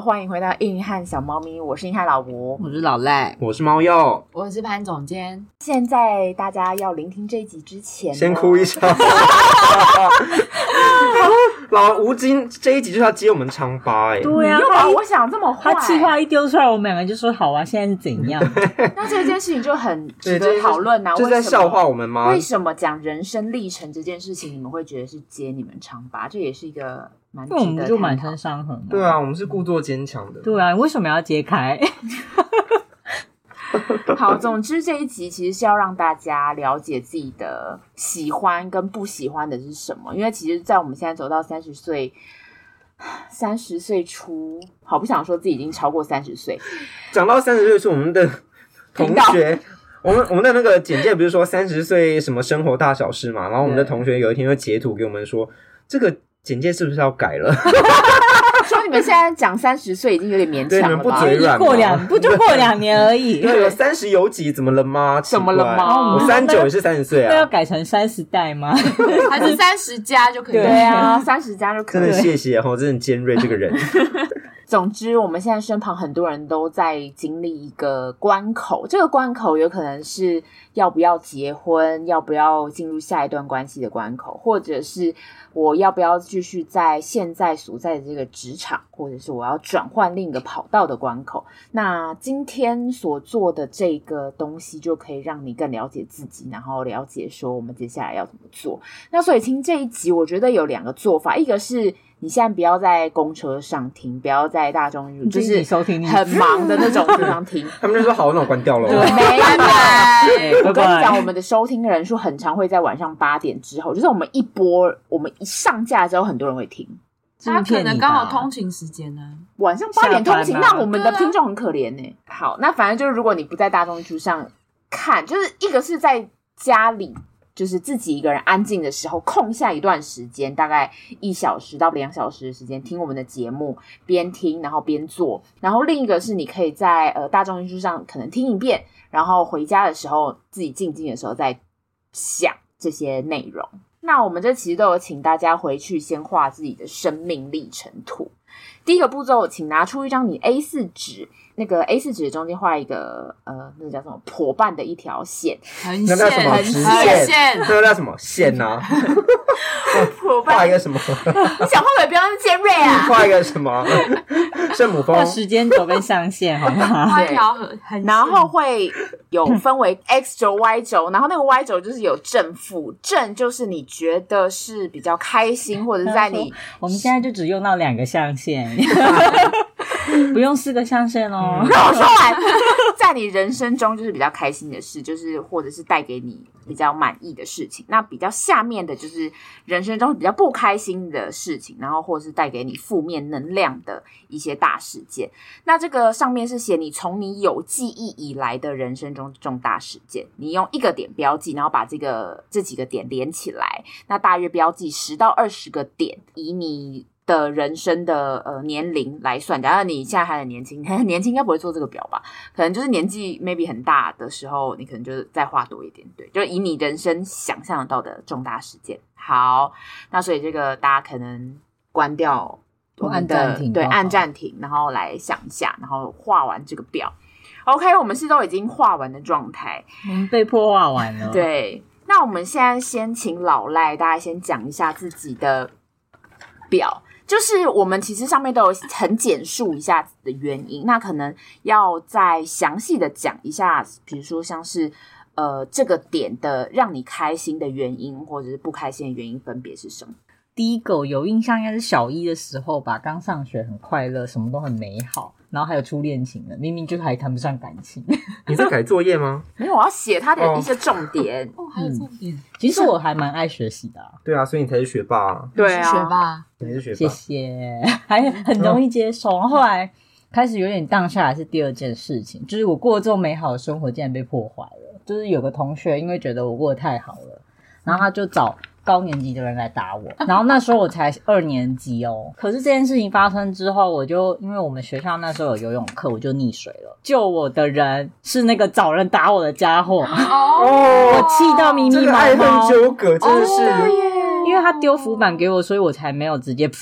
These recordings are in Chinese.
欢迎回到硬汉小猫咪，我是硬汉老吴， 我是老赖， 我是猫鼬， 我是潘总监。 现在大家要聆听这一集之前， 先哭一下。老吴今这一集就是要接我们昌巴对啊，我想这么坏， 他气话一丢出来，我们两个就说好啊，现在是怎样？ 那这件事情就很值得讨论啊！ 就在笑话我们吗？ 为什么讲人生历程这件事情，你们会觉得是接你们昌巴？这也是一个蛮值得探讨。 我们就满身伤痕。 对啊，我们是故作坚强的。 对啊，你为什么要揭开？ 好，总之这一集其实是要让大家了解自己的喜欢跟不喜欢的是什么，因为其实在我们现在走到30岁初，好不想说自己已经超过30岁。 讲到30岁是我们的同学，我们的那个简介不是说30岁什么生活大小事嘛，然后我们的同学有一天就截图给我们说，这个简介是不是要改了？ 说你们现在讲30岁已经有点勉强了吧？ 对，你们不嘴软吗？ 不就过2年而已？ 对，有30有几，怎么了吗？ 怎么了吗？ 我39也是30岁啊。 那要改成30代吗？ 还是30加就可以？ 对啊，30加就可以。 真的谢谢哦，真的尖锐这个人。 总之，我们现在身旁很多人都在经历一个关口，这个关口有可能是要不要结婚，要不要进入下一段关系的关口，或者是我要不要继续在现在所在的这个职场，或者是我要转换另一个跑道的关口。那今天所做的这个东西就可以让你更了解自己，然后了解说我们接下来要怎么做。那所以听这一集我觉得有2个做法，一个是你现在不要在公车上听，不要在大众运输，就是很忙的那种地方听。 他们就说好，那我关掉了。 对，没办法。我跟你讲，我们的收听人数很常会在晚上8点之后，就是我们一上架之后，很多人会听。 他可能刚好通勤时间呢， 晚上8点通勤，那我们的听众很可怜呢。好，那反正就是如果你不在大众运输上看，就是一个是在家里。就是自己一个人安静的时候，空下一段时间，大概1小时到2小时的时间听我们的节目，边听然后边做。然后另一个是你可以在大众运输上可能听一遍，然后回家的时候自己静静的时候再想这些内容。那我们这其实都有请大家回去先画自己的生命历程图。第一个步骤，请拿出一张你 A4 纸，那个 A4 纸中间画一个那个叫什么破半的一条线， 横线， 那个叫什么线啊？画一个什么？ 你想画的不要那么尖锐啊！ 画一个什么？圣母峰时间轴跟象限，好不好？ 画一条横线， 然后会有分为 X 轴、Y 轴，然后那个 Y 轴就是有正负，正就是你觉得是比较开心，或者是在你我们现在就只用到2个象限，不用4个象限哦。 让我说完，在你人生中就是比较开心的事，就是或者是带给你比较满意的事情。那比较下面的就是人生中比较不开心的事情，然后或者是带给你负面能量的一些大事件。那这个上面是写你从你有记忆以来的人生中重大事件，你用1个点标记，然后把这几个点连起来，那大约标记10到20个点，以你的人生的年龄来算。假如你现在还很年轻，年轻应该不会做这个表吧？可能就是年纪 maybe 很大的时候，你可能就是再画多一点，对，就以你人生想象得到的重大事件。好，那所以这个大家可能关掉我们的按暂停， 对，按暂停，然后来想一下，然后画完这个表。OK， 我们是都已经画完的状态， 我们被迫画完了。 对，那我们现在先请老赖，大家先讲一下自己的表。就是我们其实上面都有很简述一下的原因，那可能要再详细的讲一下，比如说像是这个点的让你开心的原因，或者是不开心的原因分别是什么？ 第一个我有印象应该是小1的时候吧，刚上学很快乐，什么都很美好，然后还有初恋情了，明明就还谈不上感情。 你在改作业吗？ 没有，我要写它的一些重点。 还有重点。 其实我还蛮爱学习的啊。 对啊，所以你才是学霸啊。 对啊， 学霸， 你是学霸。 谢谢，还很容易接受。后来开始有点荡下来是第2件事情，就是我过这种美好的生活竟然被破坏了。就是有个同学因为觉得我过得太好了，然后他就找高年级的人来打我，然后那时候我才2年级哦。可是这件事情发生之后，我就因为我们学校那时候有游泳课，我就溺水了。救我的人是那个找人打我的家伙，我气到咪咪毛毛， 这个爱恨纠葛真的是， 因为他丢浮板给我，所以我才没有直接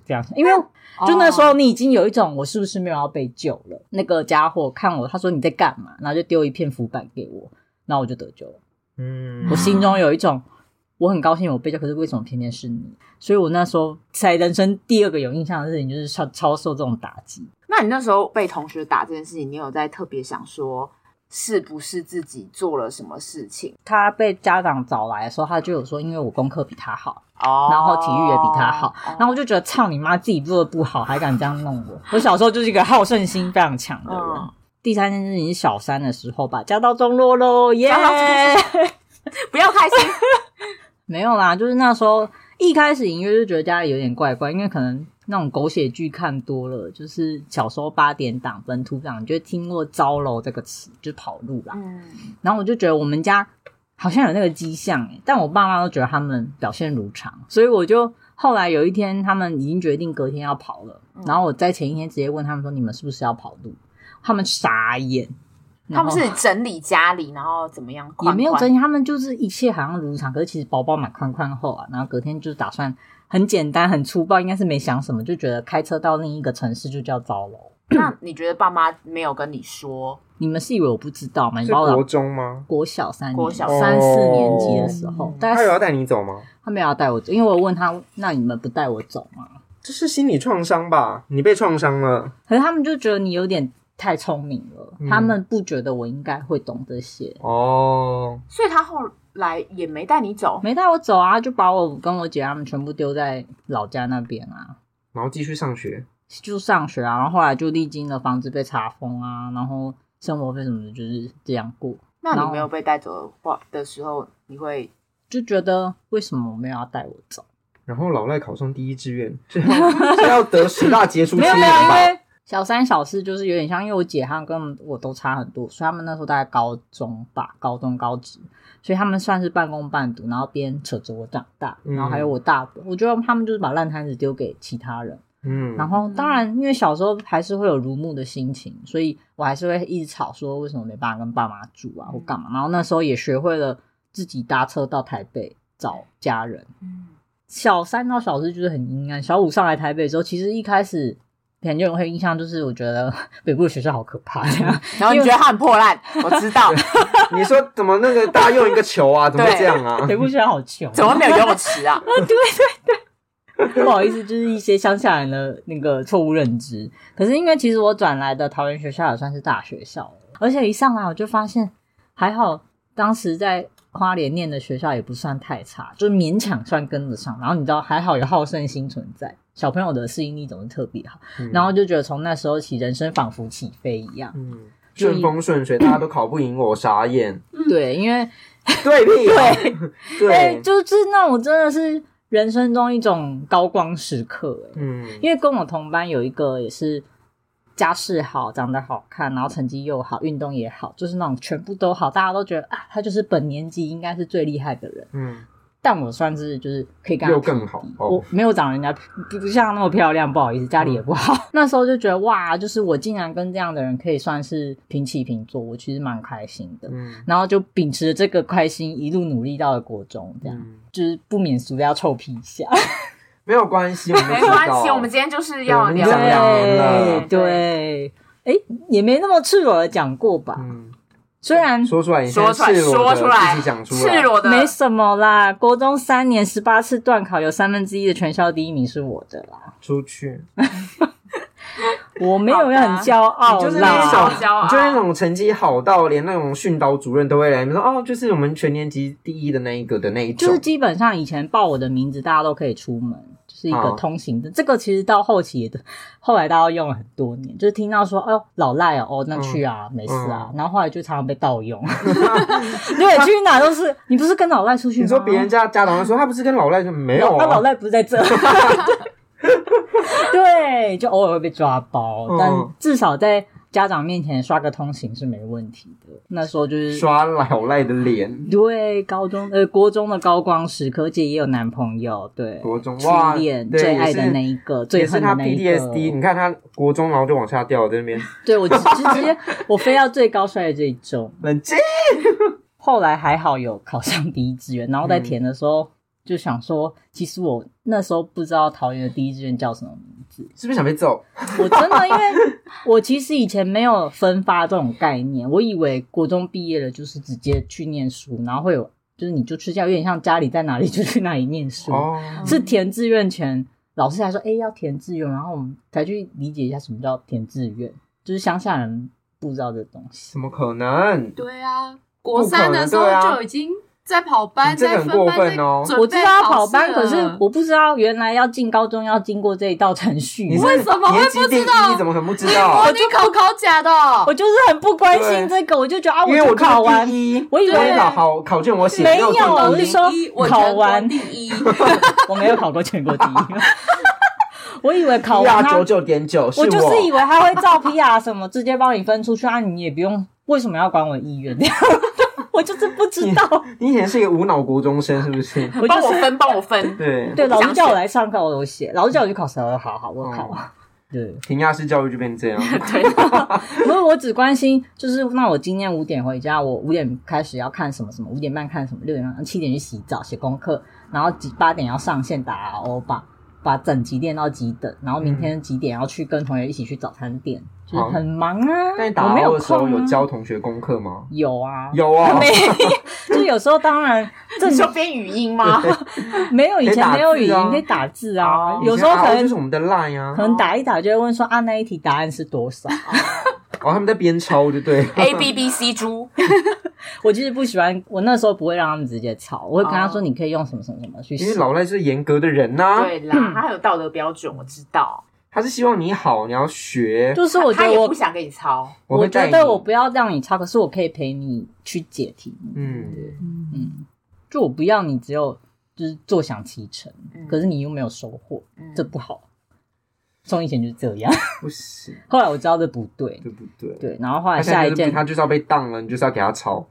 这样，因为就那时候你已经有一种我是不是没有要被救了。那个家伙看我，他说你在干嘛，然后就丢一片浮板给我，然后我就得救了。我心中有一种我很高兴我被救，可是为什么偏偏是你？所以我那时候在人生第二个有印象的事情就是超受这种打击。 那你那时候被同学打这件事情，你有在特别想说是不是自己做了什么事情？ 他被家长找来的时候，他就有说因为我功课比他好，然后体育也比他好，然后我就觉得操你妈，自己做的不好还敢这样弄我。我小时候就是一个好胜心非常强的人。第三件事情是小3的时候吧，家道中落咯，耶、 不要开心。 没有啦，就是那时候一开始隐约就觉得家里有点怪怪，因为可能那种狗血剧看多了，就是小时候8点档本土档，你就会听过招楼这个词，就跑路啦。然后我就觉得我们家好像有那个迹象但我爸妈都觉得他们表现如常，所以我就后来有一天他们已经决定隔天要跑了，然后我在前一天直接问他们说你们是不是要跑路，他们傻眼。 他们是整理家里然后怎么样宽宽， 也没有整理，他们就是一切好像如常，可是其实包包蛮宽宽厚啊，然后隔天就打算很简单很粗暴，应该是没想什么，就觉得开车到另一个城市就叫招楼。 那你觉得爸妈没有跟你说？ 你们是以为我不知道吗？ 是国中吗？ 国小3年， 国小 3、4年级的时候，大概他有要带你走吗？ 他没有要带我走，因为我问他，那你们不带我走吗？ 这是心理创伤吧？你被创伤了。 可是他们就觉得你有点太聪明了，他们不觉得我应该会懂这些。 所以他后来也没带你走？ 没带我走啊，就把我跟我姐他们全部丢在老家那边啊， 然后继续上学。 就上学啊，然后后来就历经了房子被查封啊，然后生活费什么的就是这样过。 那你没有被带走的时候，你会就觉得为什么我没有要带我走？ 然后老赖考上第一志愿，是要得10大杰出青年吧？ 没有，因为小3小4就是有点像，因为我姐她跟我都差很多，所以他们那时候大概高中吧，高中高职，所以他们算是半工半读，然后边扯着我长大，然后还有我大伯，我觉得他们就是把烂摊子丢给其他人。然后当然因为小时候还是会有如沐的心情，所以我还是会一直吵说为什么没办法跟爸妈住啊或干嘛，然后那时候也学会了自己搭车到台北找家人。小3到小4就是很阴暗，小5上来台北之后，其实一开始感觉我会印象就是我觉得北部的学校好可怕这样， 然后你觉得它很破烂，我知道。 你说怎么那个大家用一个球啊，怎么会这样啊？ 北部学校好穷， 怎么没有游泳池啊？ 对，不好意思，就是一些乡下人的那个错误认知。可是因为其实我转来的桃园学校也算是大学校了，而且一上来我就发现还好当时在花莲念的学校也不算太差，就勉强算跟得上，然后你知道还好有好胜心存在，小朋友的适应力总是特别好，然后就觉得从那时候起人生仿佛起飞一样， 顺风顺水，大家都考不赢我，傻眼。 对，因为对屁对， 就是那种真的是人生中一种高光时刻因为跟我同班有一个也是家世好，长得好看，然后成绩又好，运动也好，就是那种全部都好，大家都觉得啊，他就是本年级应该是最厉害的人。但我算是就是可以跟他又更好我没有长人家不像那么漂亮，不好意思，家里也不好。那时候就觉得哇，就是我竟然跟这样的人可以算是平起平坐，我其实蛮开心的。然后就秉持着这个开心，一路努力到了国中，这样就是不免俗的要臭屁一下。 没有关系，我们没关系，我们今天就是要聊讲2年了， 对，也没那么赤裸的讲过吧。虽然说出来，你说出来， 自己讲出来， 赤裸的没什么啦。国中3年18次段考，有1/3的全校第1名是我的啦。 出去， 我没有很骄傲啦， 你就是那种成绩好到连那种训导主任都会来说哦，就是我们全年级第1的那一个的那一种。 就是基本上以前报我的名字，大家都可以出门。就是一个通行的，这个其实到后期后来大家用了很多年，就是听到说哦老赖哦那去啊没事啊，然后后来就常常被盗用。对，去哪都是你不是跟老赖出去吗？ 你说别人家长说他不是跟老赖说没有啊， 老赖不是在这。对，就偶尔会被抓包，但至少在家长面前刷个通行是没问题的。那时候就是刷老赖的脸。 对，国中的高光时刻，姐也有男朋友，对， 国中哇， 最爱的那一个，最恨的那一个， 也是他 PTSD。你看他国中然后就往下掉在那边。 对，我直接我飞到最高摔的这一周。 冷静。 后来还好有考上第1志愿，然后在填的时候。 就想说，其实我那时候不知道桃园的第一志愿叫什么名字， 是不是想被揍？ 我真的因为我其实以前没有分发这种概念，我以为国中毕业了就是直接去念书，然后会有就是你就去教，有点像家里在哪里就去哪里念书。是填志愿前老师才说要填志愿，然后我们才去理解一下什么叫填志愿，就是乡下人不知道这东西。 怎么可能？ 对啊，国三的时候就已经在跑班， 在分班，在我知道要跑班，可是我不知道原来要进高中要经过这一道程序。 为什么会不知道？ 你怎么可能不知道？ 你考甲的， 我就是很不关心这个，我就觉得因为我考完， 我以为考卷我写没有，我是说考完第一， 我没有考过全国第一。我以为考完他 99.9， 我就是以为他会照 PR 什么直接帮你分出去啊，你也不用为什么要管我意愿？我就是不知道。 你以前是一个无脑国中生是不是？ 帮我分。 对， 老师叫我来上课我都写，老师叫我去考试，我好，我考。对， 填鸭式教育就变成这样。 对， 不是我只关心就是那我今天5点回家，我5点开始要看什么5点半看什么，6点7点去洗澡写功课，然后8点要上线打 RO 把整集练到几等，然后明天几点要去跟同学一起去早餐店，就是很忙啊。 但你打 RO 的时候有教同学功课吗？ 有啊， 没就有时候当然你说编语音吗？ 没有，以前没有语音，可以打字啊。有时候可能就是我们的 LINE 啊， 可能打一打就会问说那一题答案是多少。 他们在边抄就对 A B B C 猪。 我其实不喜欢，我那时候不会让他们直接抄，我会跟他说你可以用什么什么什么去写。 因为老赖是严格的人啊。 对啦，他有道德标准，我知道。 他是希望你好，你要学。 就是我觉得他也不想给你抄， 我觉得我不要让你抄，可是我可以陪你去解题目。就我不要你只有就是坐享其成，可是你又没有收获，这不好。从以前就是这样， 不行。 后来我知道这不对， 对不对？ 对，然后后来下一件他就是要被当了，你就是要给他抄。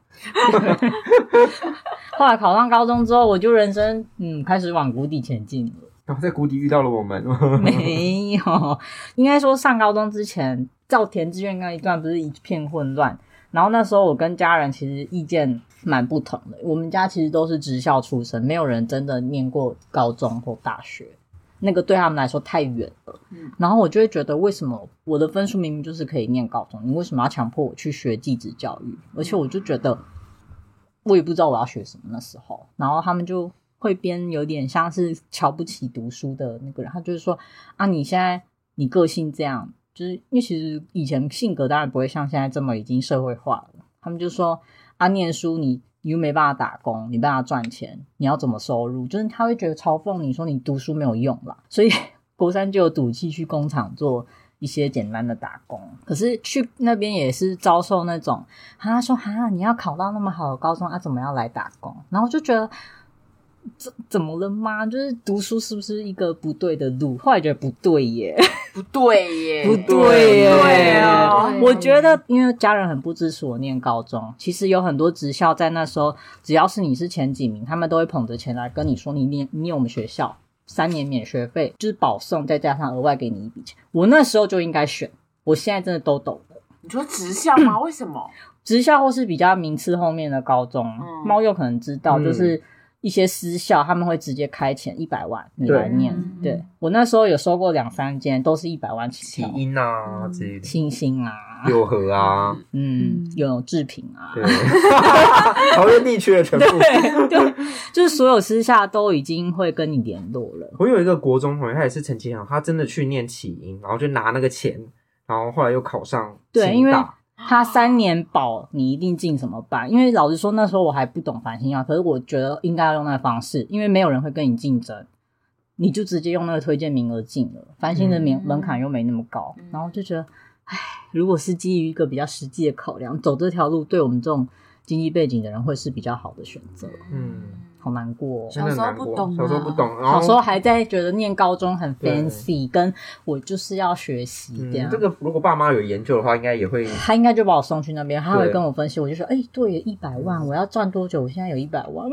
后来考上高中之后，我就人生开始往谷底前进了。 然后在谷底遇到了我们。 没有，应该说上高中之前，照填志愿那一段不是一片混乱。然后那时候我跟家人其实意见蛮不同的。我们家其实都是职校出身，没有人真的念过高中或大学。那个对他们来说太远了，然后我就会觉得为什么我的分数明明就是可以念高中，你为什么要强迫我去学技职教育？而且我就觉得我也不知道我要学什么那时候，然后他们就会边有点像是瞧不起读书的那个人，他就是说你现在你个性这样，就是因为其实以前性格当然不会像现在这么已经社会化了，他们就说念书你又没办法打工，你没办法赚钱，你要怎么收入？就是他会觉得嘲讽你说你读书没有用啦，所以国三就有赌气去工厂做一些简单的打工。可是去那边也是遭受那种他说你要考到那么好的高中怎么要来打工？然后就觉得怎么了吗？就是读书是不是一个不对的路？后来觉得不对耶， 不对耶， 不对耶， 对啊！ 我觉得因为家人很不支持我念高中，其实有很多职校在那时候，只要是你是前几名，他们都会捧着钱来跟你说你念我们学校3年免学费，就是保送，再加上额外给你一笔钱。我那时候就应该选，我现在真的都懂了。 你说职校吗？为什么？ 职校或是比较名次后面的高中，猫又可能知道，就是一些私校他们会直接开钱100万你来念。对，我那时候有收过2-3间都是100万起跳， 起因啊之类的， 星星啊， 友和啊， 有制品啊， 对，桃园地区的全部， 对，就是所有私校都已经会跟你联络了。 我有一个国中同学，他也是成绩很好，他真的去念起因，然后就拿那个钱，然后后来又考上清大。 对，因为他3年保你一定进什么班，因为老实说那时候我还不懂繁星药，可是我觉得应该要用那个方式，因为没有人会跟你竞争，你就直接用那个推荐名额进了，繁星的门槛又没那么高，然后就觉得如果是基于一个比较实际的考量，走这条路对我们这种经济背景的人会是比较好的选择。好难过小时候不懂， 小时候不懂， 小时候还在觉得念高中很 fancy， 跟我就是要学习这样。 这个如果爸妈有研究的话，应该也会， 他应该就把我送去那边，他会跟我分析，我就说，对耶，100万，我要赚多久？我现在有100万，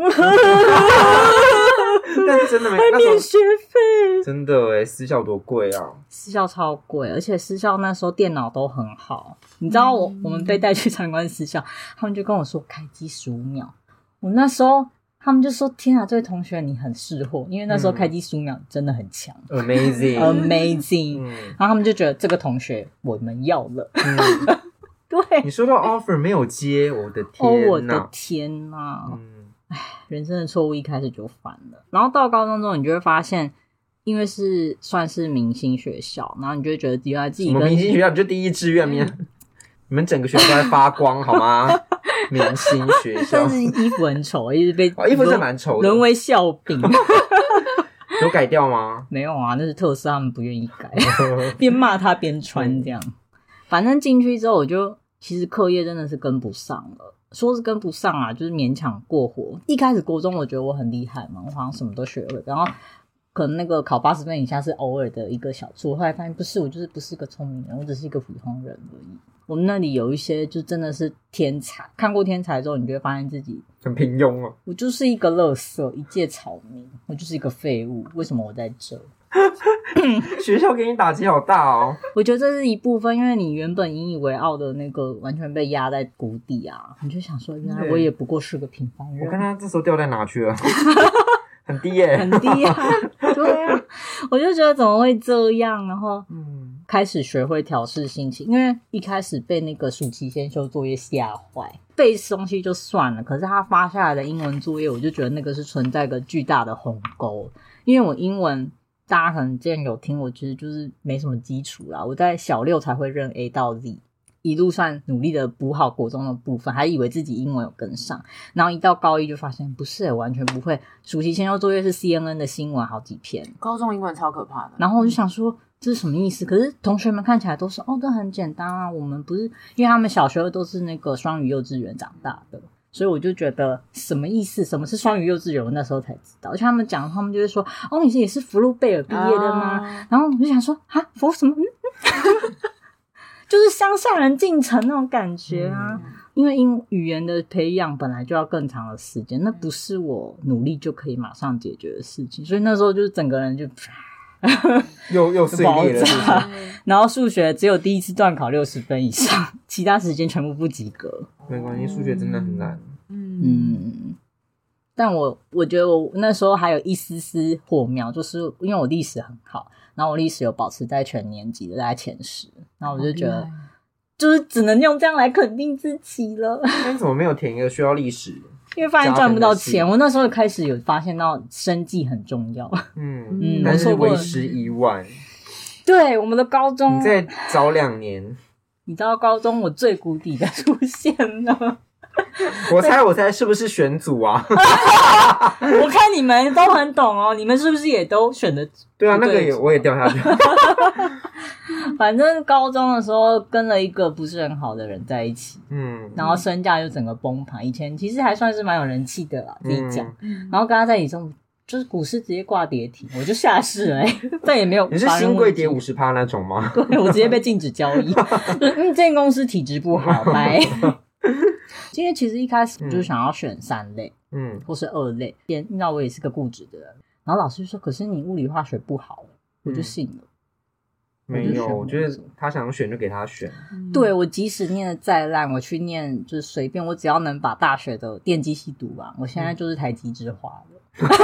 但真的没还免学费， 真的耶，私校多贵啊！ 私校超贵，而且私校那时候电脑都很好，你知道我们被带去参观私校，他们就跟我说开机15秒，我那时候他们就说天啊，这位同学你很识货，因为那时候开机数秒真的很强 ，amazing， 然后他们就觉得这个同学我们要了。对， 你说到 offer 没有接，我的天哪， 我的天哪，人生的错误一开始就犯了。然后到高中之后，你就会发现，因为是算是明星学校，然后你就会觉得原来自己什么明星学校，你就第一志愿面，你们整个学校都在发光好吗？明星学校， 但是衣服很丑，一直被衣服是蛮丑的， 沦为笑柄。 有改掉吗？ 没有啊，那是特色，他们不愿意改，边骂他边穿这样。反正进去之后，我就其实课业真的是跟不上了。说是跟不上啊，就是勉强过活。一开始国中我觉得我很厉害嘛，我好像什么都学会，然后可能那个考80分以下是偶尔的一个小处。后来发现不是，我就是不是个聪明人，我只是一个普通人而已。我们那里有一些就真的是天才，看过天才之后，你就会发现自己很平庸哦。 我就是一个垃圾，一介草民，我就是一个废物。为什么我在这？ 学校给你打击好大哦。 我觉得这是一部分，因为你原本引以为傲的那个完全被压在谷底啊，你就想说，原来我也不过是个平凡人。 我看他这时候掉在哪去了？很低耶， 很低啊。对啊，我就觉得怎么会这样，然后开始学会调试心情，因为一开始被那个暑期先修作业吓坏，背东西就算了，可是他发下来的英文作业，我就觉得那个是存在一个巨大的鸿沟，因为我英文大家可能之前有听，我其实就是没什么基础啦，我在小6才会认 A 到 Z， 一路算努力的补好国中的部分，还以为自己英文有跟上，然后一到高1就发现不是，完全不会。暑期先修作业是 CNN 的新闻好几篇， 高中英文超可怕的。 然后我就想说这是什么意思？可是同学们看起来都是都很简单啊，我们不是，因为他们小学都是那个双语幼稚园长大的，所以我就觉得什么意思？什么是双语幼稚园？我那时候才知道，而且他们讲，他们就会说你也是福禄贝尔毕业的吗？然后我就想说福什么？就是乡下人进城那种感觉啊。因为语言的培养本来就要更长的时间，那不是我努力就可以马上解决的事情，所以那时候就是整个人就又碎裂了是不是？ 然后数学只有第一次段考60分以上，其他时间全部不及格。 没关系，数学真的很难。 但我觉得我那时候还有一丝丝火苗，就是因为我历史很好，然后我历史有保持在全年级的大概前10，然后我就觉得就是只能用这样来肯定自己了。 那你怎么没有填一个需要历史？ 因为发现赚不到钱，我那时候开始有发现到生计很重要。 但是为时已晚。 对，我们的高中， 你再早2年， 你知道高中我最谷底的出现了。 我猜是不是选组啊？ 我看你们都很懂哦，你们是不是也都选的？ 对啊，那个我也掉下去。 反正高中的时候跟了一个不是很好的人在一起，然后身价就整个崩盘。以前其实还算是蛮有人气的啦，自己讲。然后跟他在一起之后，就是股市直接挂跌停，我就下市了再也没有。 你是新贵跌50%那种吗？ 对，我直接被禁止交易。这间公司体质不好，拜。因为其实一开始就是想要选3类，或是2类。那我也是个固执的人，然后老师就说：“可是你物理化学不好。”我就信了。 没有，我觉得他想选就给他选。 对，我即使念的再烂，我去念就是随便，我只要能把大学的电机系读完，我现在就是台积之花了。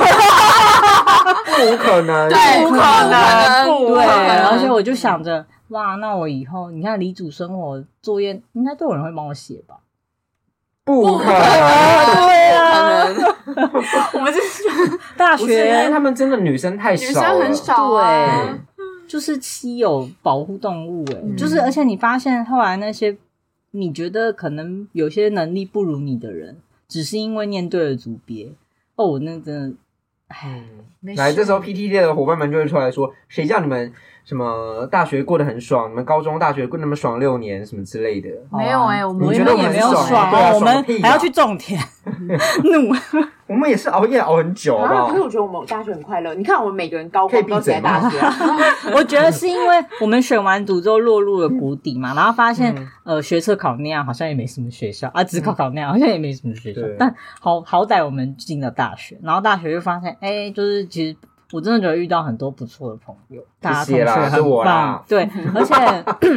不可能， 对，不可能， 对。而且我就想着，哇，那我以后你看理组生活作业，应该都有人会帮我写吧？ 不可能， 对啊， 我们就是大学， 因为他们真的女生太少了， 女生很少啊。 对，就是稀有保护动物就是而且你发现后来那些你觉得可能有些能力不如你的人，只是因为念对了组别，那真的， 来这时候 PTT 的伙伴们就会出来说，谁叫你们什么大学过得很爽，你们高中大学过那么爽6年什么之类的。 没有我们觉得也没有爽我们还要去种田怒。 我们也是熬夜熬很久好不好？ 可是我觉得我们大学很快乐，你看我们每个人高光都在大学我觉得是因为我们选完组之后落入了谷底嘛，然后发现学测考那样好像也没什么学校只考那样好像也没什么学校，但好歹我们进了大学，然后大学就发现就是其实我真的觉得遇到很多不错的朋友，大家同学很棒，对，而且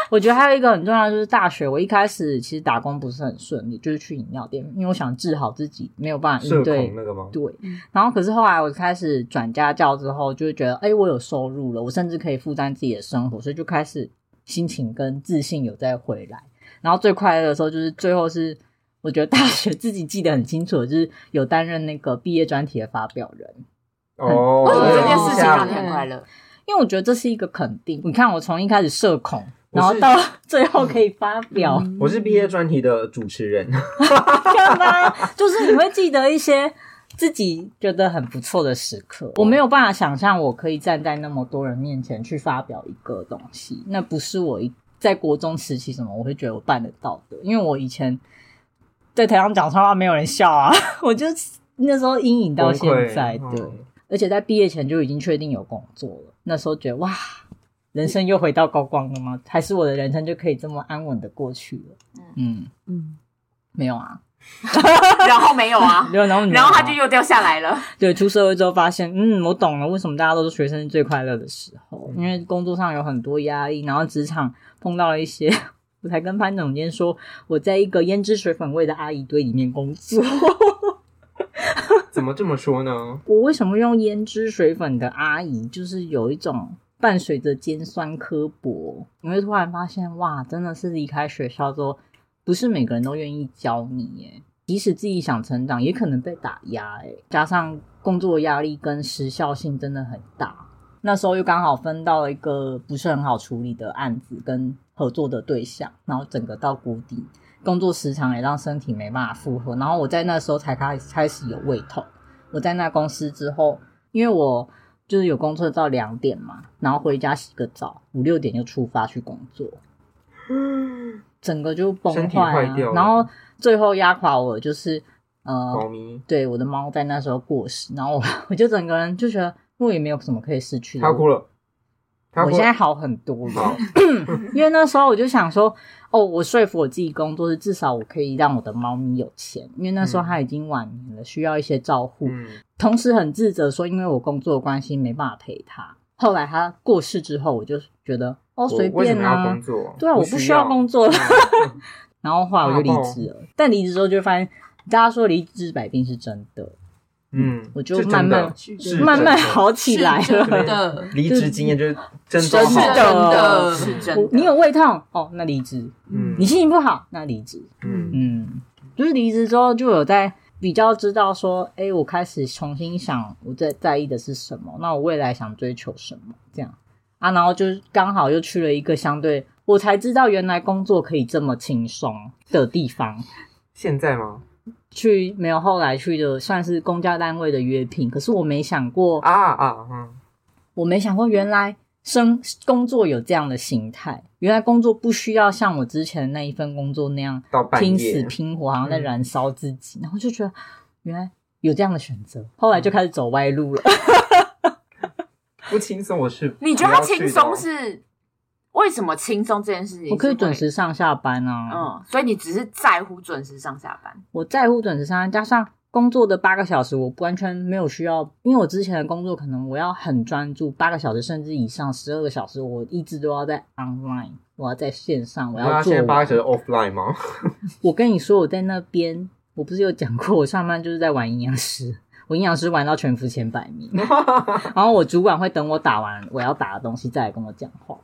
我觉得还有一个很重要的就是大学，我一开始其实打工不是很顺利，就是去饮料店，因为我想治好自己没有办法应对社恐那个吗？ 对，然后可是后来我开始转家教之后，就会觉得我有收入了，我甚至可以负担自己的生活，所以就开始心情跟自信有再回来。然后最快乐的时候就是最后是我觉得大学自己记得很清楚的就是有担任那个毕业专题的发表人。 为什么这件事情让你很快乐？ 因为我觉得这是一个肯定。你看我从一开始社恐，然后到最后可以发表， 我是毕业专题的主持人。 干嘛？就是你会记得一些自己觉得很不错的时刻。我没有办法想象我可以站在那么多人面前去发表一个东西，那不是我在国中时期什么我会觉得我办得到的。因为我以前在台上讲错话没有人笑啊，我就那时候阴影到现在。对，而且在毕业前就已经确定有工作了，那时候觉得哇，人生又回到高光了吗？还是我的人生就可以这么安稳的过去了？没有啊。 然后没有啊， 然后他就又掉下来了。 对，出社会之后发现，我懂了，为什么大家都说学生是最快乐的时候，因为工作上有很多压力，然后职场碰到了一些，我才跟潘总监说，我在一个胭脂水粉味的阿姨堆里面工作。 怎么这么说呢？ 我为什么用胭脂水粉的阿姨，就是有一种伴随着尖酸刻薄，你会突然发现哇，真的是离开学校之后不是每个人都愿意教你耶，即使自己想成长也可能被打压耶，加上工作压力跟时效性真的很大，那时候又刚好分到了一个不是很好处理的案子跟合作的对象，然后整个到谷底，工作时长也让身体没办法负荷，然后我在那时候才开始有胃痛。我在那公司之后，因为我就是有工作到2点嘛，然后回家洗个澡，5、6点就出发去工作，整个就崩坏了。然后最后压垮我就是猫咪，对， 我的猫在那时候过世，然后我就整个人就觉得我也没有什么可以失去的。 他哭了。 我现在好很多了。因为那时候我就想说我说服我自己工作是至少我可以让我的猫咪有钱，因为那时候它已经晚年了，需要一些照护，同时很自责说因为我工作的关系没办法陪它。后来它过世之后我就觉得随便啊， 工作对啊，我不需要工作了。然后后来我就离职了，但离职之后就发现大家说离治百病是真的，我就慢慢好起来了。 离职经验就是真的， 是真的。 你有胃痛那离职。你心情不好，那离职。就是离职之后就有在比较知道说，我开始重新想我在意的是什么，那我未来想追求什么，这样啊，然后就刚好又去了一个相对我才知道原来工作可以这么轻松的地方。 现在吗？ 没有，后来去的算是公家单位的约聘，可是我没想过我没想过原来工作有这样的形态，原来工作不需要像我之前那一份工作那样拼死拼活，好像在燃烧自己，然后就觉得原来有这样的选择，后来就开始走歪路了。 不轻松， 你觉得他轻松是为什么轻松这件事情？ 我可以准时上下班啊。 所以你只是在乎准时上下班？我在乎准时上下班，加上工作的8个小时我完全没有需要，因为我之前的工作可能我要很专注8个小时甚至以上12个小时，我一直都要在 online， 我要在线上，我要做。 现在8个小时 offline 吗？ 我跟你说我在那边，我不是有讲过我上班就是在玩营养师，我营养师玩到全服前100名。然后我主管会等我打完我要打的东西再来跟我讲话。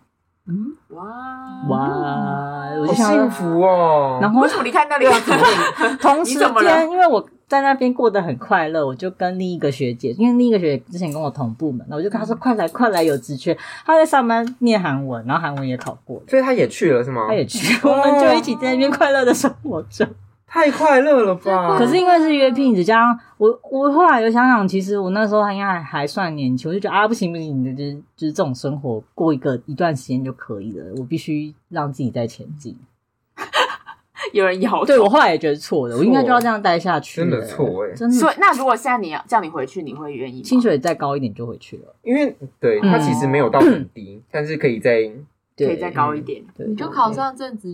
哇，我就好幸福哦。 然后为什么离开那里？ 同时间因为我在那边过得很快乐，我就跟另一个学姐，因为另一个学姐之前跟我同部门，我就跟她说快来有职缺。她在上班念韩文，然后韩文也考过了， 所以她也去了是吗？ 她也去，我们就一起在那边快乐的生活着。 太快乐了吧！ 可是因为是约聘，加上我后来有想想，其实我那时候应该还算年轻，我就觉得不行，就是这种生活过一段时间就可以了，我必须让自己再前进。 有人摇头， 对，我后来也觉得错的，我应该就要这样待下去。 真的错真的。 所以那如果现在叫你回去，你会愿意吗？ 薪水再高一点就回去了， 因为对它其实没有到很低，但是可以再高一点。 你就考上正职就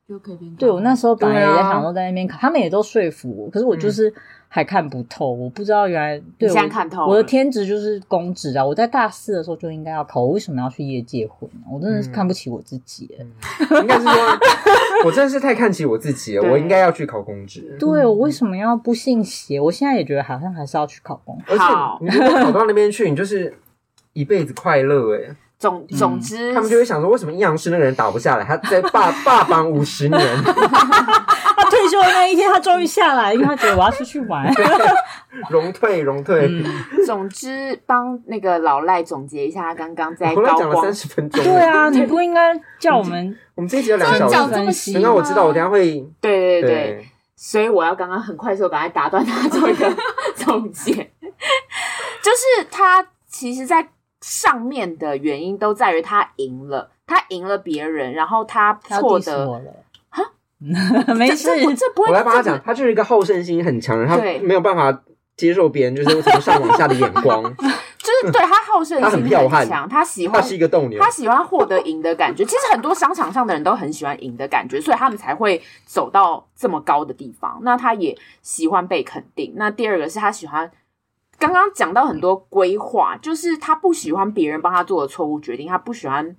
又可以变高。 对，我那时候本来也在想说在那边看，他们也都说服我，可是我就是还看不透，我不知道原来对你现在看透了我的天职就是公职啊！我在大4的时候就应该要考，我为什么要去业界混啊？我真的是看不起我自己耶。 应该是说，我真的是太看起我自己了，我应该要去考公职。 对，我为什么要不信邪？我现在也觉得好像还是要去考公职。 而且你如果考到那边去，你就是一辈子快乐哎。 总之， 他们就会想说，为什么阴阳师那个人打不下来？他在霸榜50年， 他退休的那一天，他终于下来，因为他觉得我要出去玩。 荣退。 总之，帮那个老赖总结一下，他刚刚在我高光讲了30分钟。 对啊，你不应该叫我们。 我们这一集要2小时， 讲这么细吗？ 等到我知道，我等一下会。 对，所以我要刚刚很快速赶快打断他做一个总结，就是他其实，在上面的原因都在于他赢了别人，然后他错的没事， 这不会。 我来帮他讲，他就是一个好胜心很强的人，他没有办法接受别人就是从上往下的眼光， 就是对他好胜心很强，他喜欢， 他是一个斗牛， 他喜欢获得赢的感觉。其实很多商场上的人都很喜欢赢的感觉，所以他们才会走到这么高的地方。那他也喜欢被肯定。那第二个是他喜欢。刚刚讲到很多规划，就是他不喜欢别人帮他做的错误决定，他不喜欢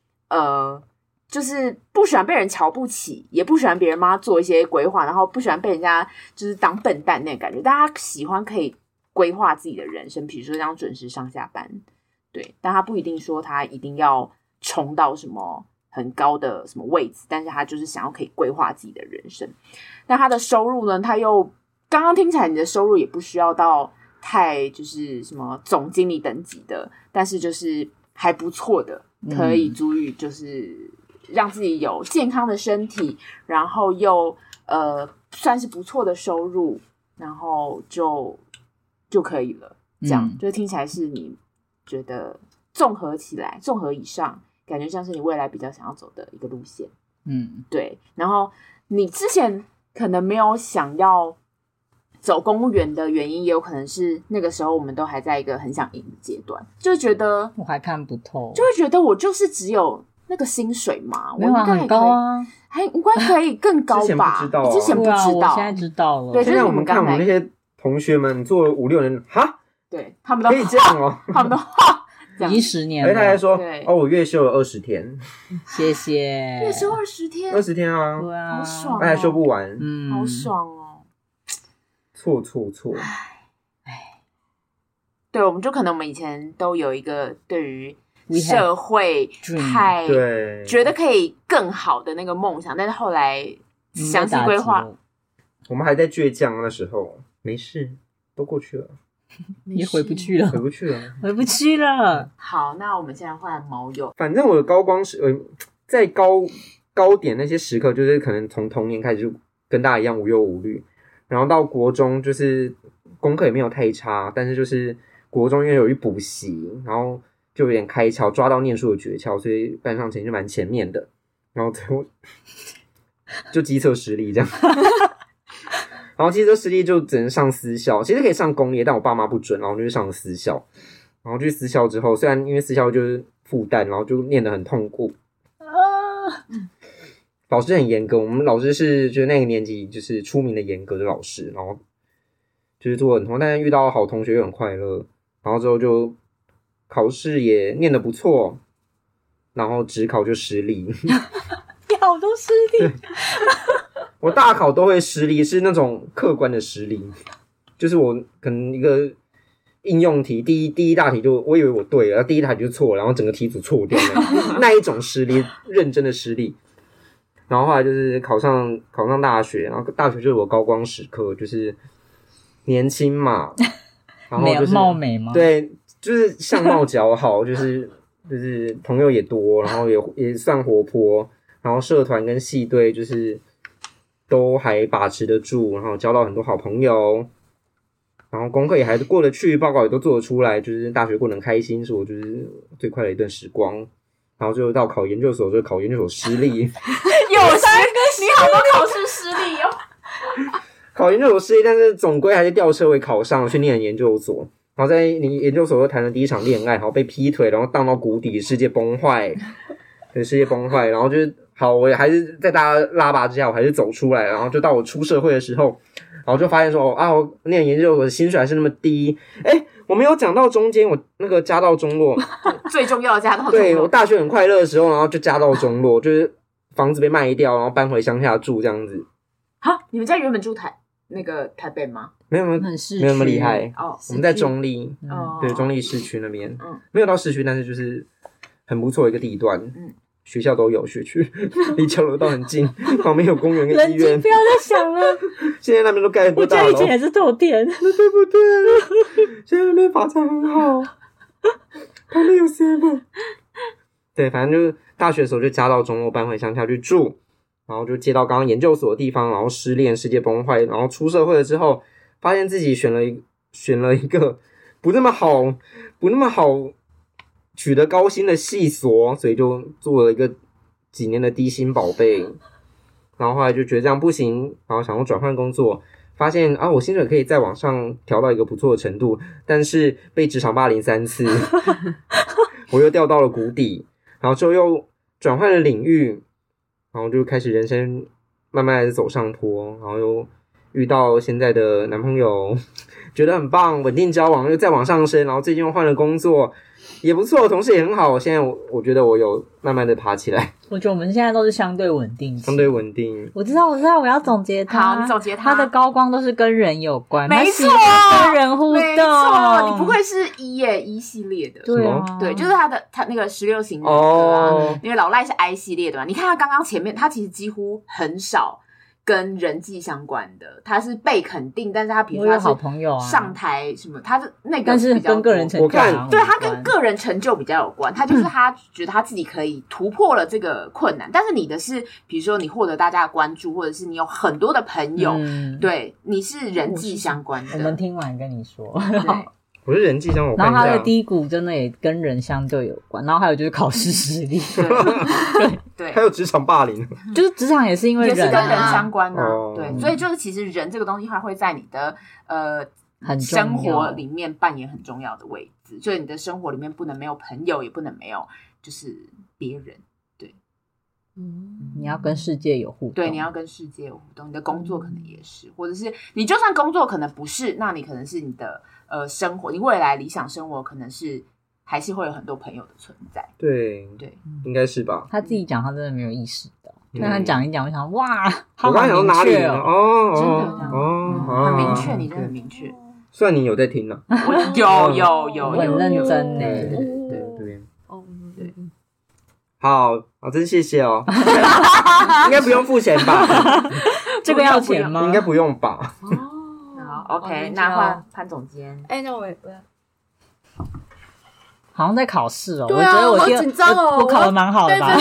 就是不喜欢被人瞧不起，也不喜欢别人帮他做一些规划，然后不喜欢被人家就是当笨蛋那个感觉。但他喜欢可以规划自己的人生，比如说这样准时上下班，对，但他不一定说他一定要冲到什么很高的什么位置，但是他就是想要可以规划自己的人生。那他的收入呢，他又刚刚听起来你的收入也不需要到太就是什么总经理等级的，但是就是还不错的，可以足以就是让自己有健康的身体，然后又算是不错的收入，然后就可以了。这样就听起来是你觉得综合起来，综合以上，感觉像是你未来比较想要走的一个路线。对。然后你之前可能没有想要走公务员的原因，也有可能是那个时候我们都还在一个很想赢的阶段，就觉得我还看不透， 就会觉得我就是只有那个薪水嘛， 没有啊，很高啊， 还应该可以更高吧？之前不知道， 我现在知道了。 对， 现在我们看我们那些同学们做5-6年，哈， 对他们都可以这样哦， 他们都已经10年了。 而且他还说，我月休了20天， 谢谢。 月休20天 ，20天啊， 对啊， 好爽， 还休不完， 好爽哦。 错， 对，我们就可能我们以前都有一个对于社会太觉得可以更好的那个梦想，但是后来详细规划， 我们还在倔强的时候，没事，都过去了， 也回不去了。 好，那我们现在换毛友。 反正我的高光是在高点那些时刻，就是可能从童年开始就跟大家一样无忧无虑。然后到国中就是功课也没有太差，但是就是国中因为有去补习，然后就有点开窍，抓到念书的诀窍，所以班上成绩就蛮前面的。然后最后就基测失利这样，然后基测失利就只能上私校，其实可以上公立，但我爸妈不准，然后就去上了私校。然后去私校之后，虽然因为私校就是负担，然后就念得很痛苦。老师很严格，我们老师是就是那个年级就是出名的严格的老师，然后就是做很痛，但是遇到好同学又很快乐，然后之后就考试也念得不错，然后指考就失利， 你好多失利， 我大考都会失利，是那种客观的失利，就是我可能一个应用题第一大题就我以为我对了，然后第一大题就错了，然后整个题组错掉了，那一种失利，认真的失利。然后后来就是考上大学，然后大学就是我高光时刻，就是年轻嘛，然后就是貌美吗？ 对，就是相貌姣好，就是朋友也多，然后也算活泼，然后社团跟系队就是都还把持得住，然后交到很多好朋友，然后功课也还过得去，报告也都做得出来，就是大学过得很开心，是我就是最快的一段时光。然后最后到考研究所，就考研究所失利， 有3个，你好多考试失利哦。 考研究所失利，但是总归还是吊车尾考上去念研究所。然后在你研究所又谈了第一场恋爱，然后被劈腿，然后荡到谷底，世界崩坏，然后就是好，我还是在大家拉拔之下，我还是走出来，然后就到我出社会的时候，然后就发现说我念研究所的薪水还是那么低。我没有讲到中间，我那个家道中落， 最重要的家道中落。 对，我大学很快乐的时候，然后就家道中落，就是房子被卖掉，然后搬回乡下住这样子。 哈，你们家原本住台北吗？ 没有没有很市区没有那么厉害哦， 我们在中立，对，中立市区那边，没有到市区，但是就是很不错的一个地段，学校都有，学区离交流道很近，旁边有公园跟医院。 不要再想了， 现在那边都盖很多我大楼， 家以前也是透天， 对不对？现在那边发展很好，旁边有 7。对，反正就是大学的时候就家道中落，搬回乡下去住，然后就接到刚刚研究所的地方，然后失恋，世界崩坏，然后出社会了之后，发现自己选了一个不那么好取得高薪的系所，所以就做了一个几年的低薪宝贝，然后后来就觉得这样不行，然后想要转换工作，发现我薪水可以再往上调到一个不错的程度，但是被职场霸凌3次，我又掉到了谷底，然后之后又转换了领域，然后就开始人生慢慢的走上坡，然后又遇到现在的男朋友，觉得很棒，稳定交往，又再往上升，然后最近又换了工作，也不错，同事也很好。现在我觉得我有慢慢的爬起来。 我觉得我们现在都是相对稳定， 相对稳定。 我知道，我要总结它。 好，你总结它。 它的高光都是跟人有关， 没错， 跟人互动。 没错，你不愧是E 系列的。 对啊， 对，就是他那个16型人格那个老赖是 I 系列的嘛？你看他刚刚前面，他其实几乎很少跟人际相关的，他是被肯定，但是他比如说他是好朋友上台什么，他是那个， 但是跟个人成就， 对，他跟个人成就比较有关，他就是他觉得他自己可以突破了这个困难，但是你的是比如说你获得大家的关注，或者是你有很多的朋友，对，你是人际相关的。 我们听完跟你说， 我是人际相关， 然后他的低谷真的也跟人相对有关，然后还有就是考试失利， 对， 还有职场霸凌， 就是职场也是因为人也是跟人相关的， 对， 所以就是其实人这个东西，它会在你的生活里面扮演很重要的位置，所以你的生活里面不能没有朋友，也不能没有就是别人，对， 你要跟世界有互动， 对，你要跟世界有互动，你的工作可能也是，或者是你就算工作可能不是，那你可能是你的生活，你未来理想生活可能是还是会有很多朋友的存在， 对，应该是吧？ 他自己讲，他真的没有意识到。但他讲一讲，我想哇， 我刚才想到哪里真的很明确，你真的很明确。 算你有在听呢， 有很认真呢， 对，好，真谢谢哦，应该不用付钱吧？ 这个要钱吗？ 应该不用吧？ 好 ，OK， 那换潘总监。 那我也不要。 好像在考试哦， 对啊， 我觉得好紧张哦， 我考得蛮好的吧？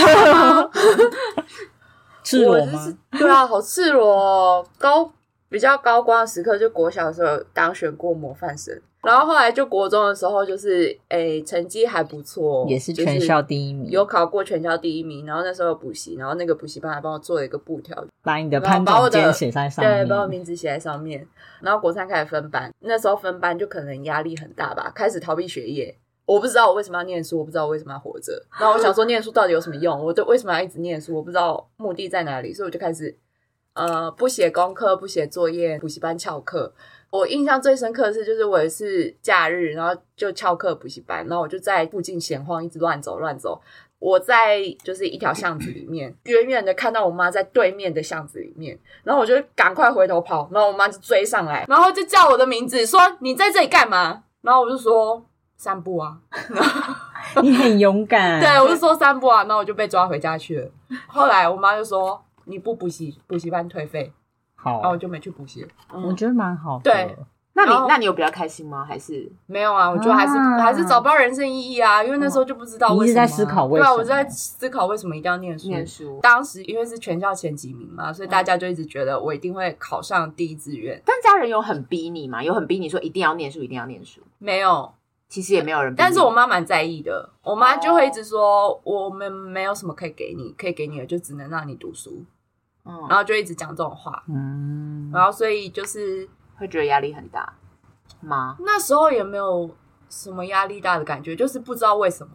赤裸吗？ 对啊，好赤裸哦。比较高光的时刻，就国小的时候当选过模范生，然后后来就国中的时候，就是成绩还不错， 也是全校第一名， 有考过全校第1名。然后那时候有补习，然后那个补习班还帮我做了一个布条， 把你的潘总监写在上面， 对，把我名字写在上面。然后国3开始分班，那时候分班就可能压力很大吧，开始逃避学业。我不知道我为什么要念书，我不知道我为什么要活着。然后我想说念书到底有什么用？我为什么要一直念书？我不知道目的在哪里，所以我就开始不写功课，不写作业，补习班翘课。我印象最深刻的是，就是我有一次假日，然后就翘课补习班，然后我就在附近闲晃，一直乱走。我在就是一条巷子里面，远远的看到我妈在对面的巷子里面，然后我就赶快回头跑，然后我妈就追上来，然后就叫我的名字，说你在这里干嘛？然后我就说散步啊。 你很勇敢。 对，我就说散步啊，然后我就被抓回家去了。后来我妈就说你不补习班退费， 好， 然后我就没去补习了。 我觉得蛮好的。 对， 那你有比较开心吗？还是没有啊？我觉得还是找不到人生意义啊，因为那时候就不知道为什么。 你一直在思考为什么？ 对啊，我在思考为什么一定要念书。当时因为是全校前几名嘛，所以大家就一直觉得我一定会考上第一志愿。 但家人有很逼你吗？有很逼你说一定要念书，一定要念书？ 没有， 其实也没有人逼你。 但是我妈蛮在意的，我妈就会一直说我们没有什么可以给你，可以给你的就只能让你读书。然后就一直讲这种话，然后所以就是会觉得压力很大吗？ 那时候也没有什么压力大的感觉，就是不知道为什么，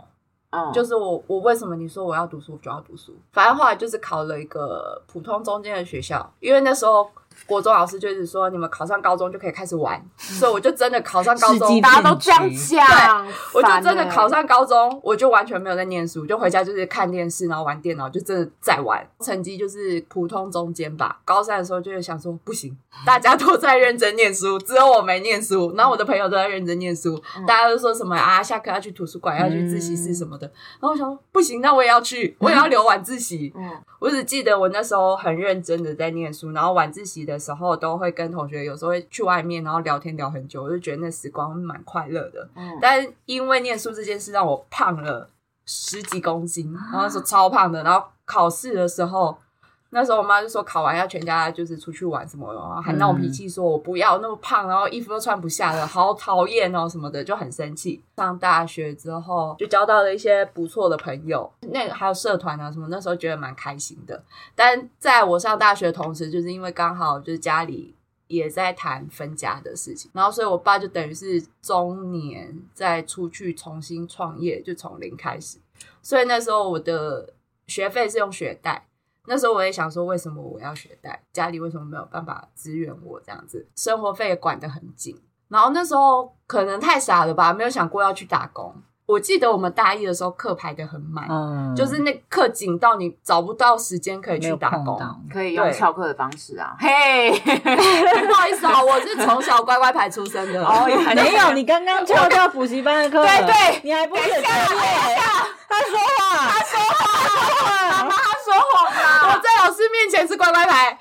就是我为什么你说我要读书我就要读书，反正后来就是考了一个普通中间的学校，因为那时候国中老师就一直说你们考上高中就可以开始玩，所以我就真的考上高中， 大家都这样讲， 我就真的考上高中，我就完全没有在念书，就回家就是看电视，然后玩电脑，就真的在玩，成绩就是普通中间吧。高三的时候就想说不行，大家都在认真念书，只有我没念书，然后我的朋友都在认真念书，大家都说什么啊下课要去图书馆要去自习室什么的，然后我想说不行，那我也要去，我也要留晚自习。我只记得我那时候很认真的在念书，然后晚自习的时候都会跟同学有时候会去外面然后聊天聊很久，我就觉得那时光蛮快乐的。但因为念书这件事让我胖了10几公斤，然后那时候超胖的，然后考试的时候那时候我妈就说考完要全家就是出去玩什么的，然后还闹脾气说我不要那么胖，然后衣服都穿不下了，好讨厌哦什么的，就很生气。上大学之后就交到了一些不错的朋友，那个还有社团啊什么，那时候觉得蛮开心的。但在我上大学的同时，就是因为刚好就是家里也在谈分家的事情，然后所以我爸就等于是中年再出去重新创业，就从零开始，所以那时候我的学费是用学贷。那时候我也想说为什么我要学贷，家里为什么没有办法支援我这样子，生活费也管得很紧。然后那时候可能太傻了吧，没有想过要去打工。我记得我们大一的时候课排得很满，就是那课紧到你找不到时间可以去打工， 可以用翘课的方式啊。嘿， 不好意思啊，我是从小乖乖牌出身的。 没有，你刚刚翘掉补习班的课， 对， 你还不写作业。 他说谎，妈妈他说谎啦！ 我在老师面前是乖乖牌。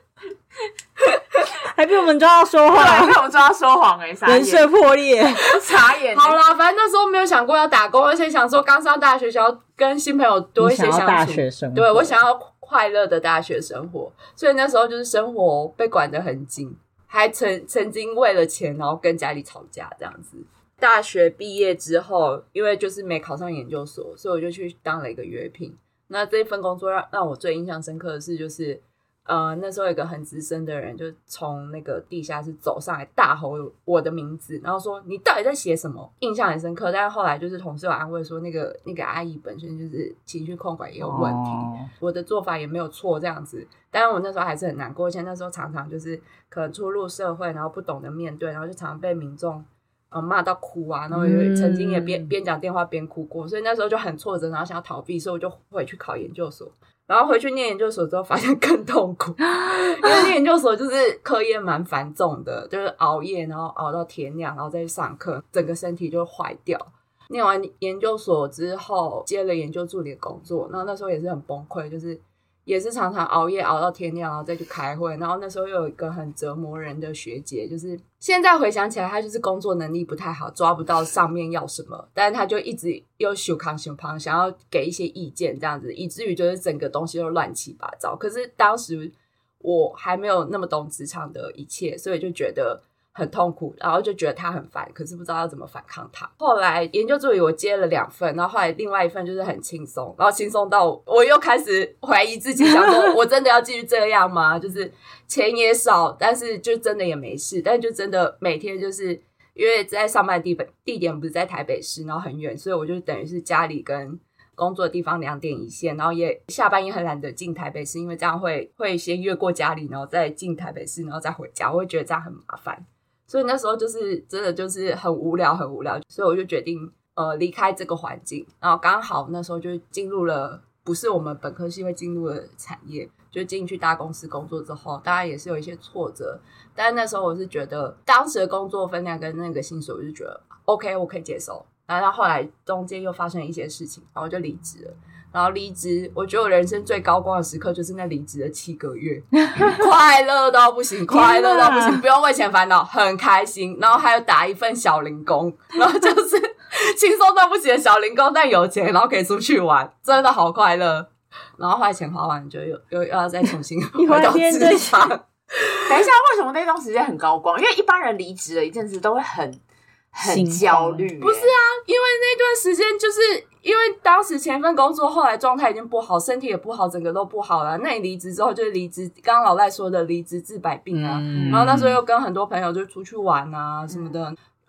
还比我们抓到说谎， 还比我们抓到说谎人设破裂， 傻眼。 好啦，反正那时候没有想过要打工，而且想说刚上大学想要跟新朋友多一些相处， 大学生活， 对，我想要快乐的大学生活，所以那时候就是生活被管得很紧，还曾经为了钱然后跟家里吵架这样子。大学毕业之后，因为就是没考上研究所，所以我就去当了一个约聘。那这一份工作让我最印象深刻的是，就是那时候有一个很资深的人就从那个地下室走上来大吼我的名字，然后说你到底在写什么，印象很深刻。但是后来就是同事有安慰说那个阿姨本身就是情绪控管也有问题，我的做法也没有错这样子。但是我那时候还是很难过，而且那时候常常就是可能初入社会，然后不懂得面对，然后就常常被民众骂到哭啊，然后也曾经也边讲电话边哭过，所以那时候就很挫折，然后想要逃避，所以我就回去考研究所。然后回去念研究所之后发现更痛苦，因为念研究所就是课业蛮繁重的，就是熬夜，然后熬到天亮，然后再去上课，整个身体就坏掉。念完研究所之后接了研究助理的工作，然后那时候也是很崩溃，就是也是常常熬夜熬到天亮，然后再去开会。然后那时候又有一个很折磨人的学姐，就是现在回想起来她就是工作能力不太好，抓不到上面要什么，但是她就一直又想要给一些意见这样子，以至于就是整个东西都乱七八糟。可是当时我还没有那么懂职场的一切，所以就觉得很痛苦，然后就觉得他很烦，可是不知道要怎么反抗他。后来研究助理我接了2份，然后后来另外一份就是很轻松，然后轻松到我又开始怀疑自己，想说我真的要继续这样吗？就是钱也少，但是就真的也没事，但就真的每天就是因为在上班的地点不是在台北市，然后很远，所以我就等于是家里跟工作的地方2点一线，然后也下班也很懒得进台北市，因为这样会先越过家里，然后再进台北市，然后再回家，我会觉得这样很麻烦。所以那时候就是真的就是很无聊，所以我就决定离开这个环境，然后刚好那时候就进入了不是我们本科系会进入的产业，就进去大公司工作之后，当然也是有一些挫折，但是那时候我是觉得当时的工作分量跟那个薪水，我就觉得 OK 我可以接受。然后后来中间又发生了一些事情，然后就离职了。然后离职，我觉得我人生最高光的时刻就是那离职的7个月，快乐到不行，快乐到不行，不用为钱烦恼，很开心。然后还有打一份小零工，然后就是轻松到不行的小零工，但有钱，然后可以出去玩，真的好快乐。然后后来钱花完，就又要再重新回到职场。 等一下，为什么那段时间很高光？因为一般人离职了一阵子都会很焦虑。 不是啊，因为那段时间就是因为当时前一份工作后来状态已经不好，身体也不好，整个都不好了。那你离职之后就是离职，刚刚老赖说的离职治百病啊。然后那时候又跟很多朋友就出去玩啊什么的。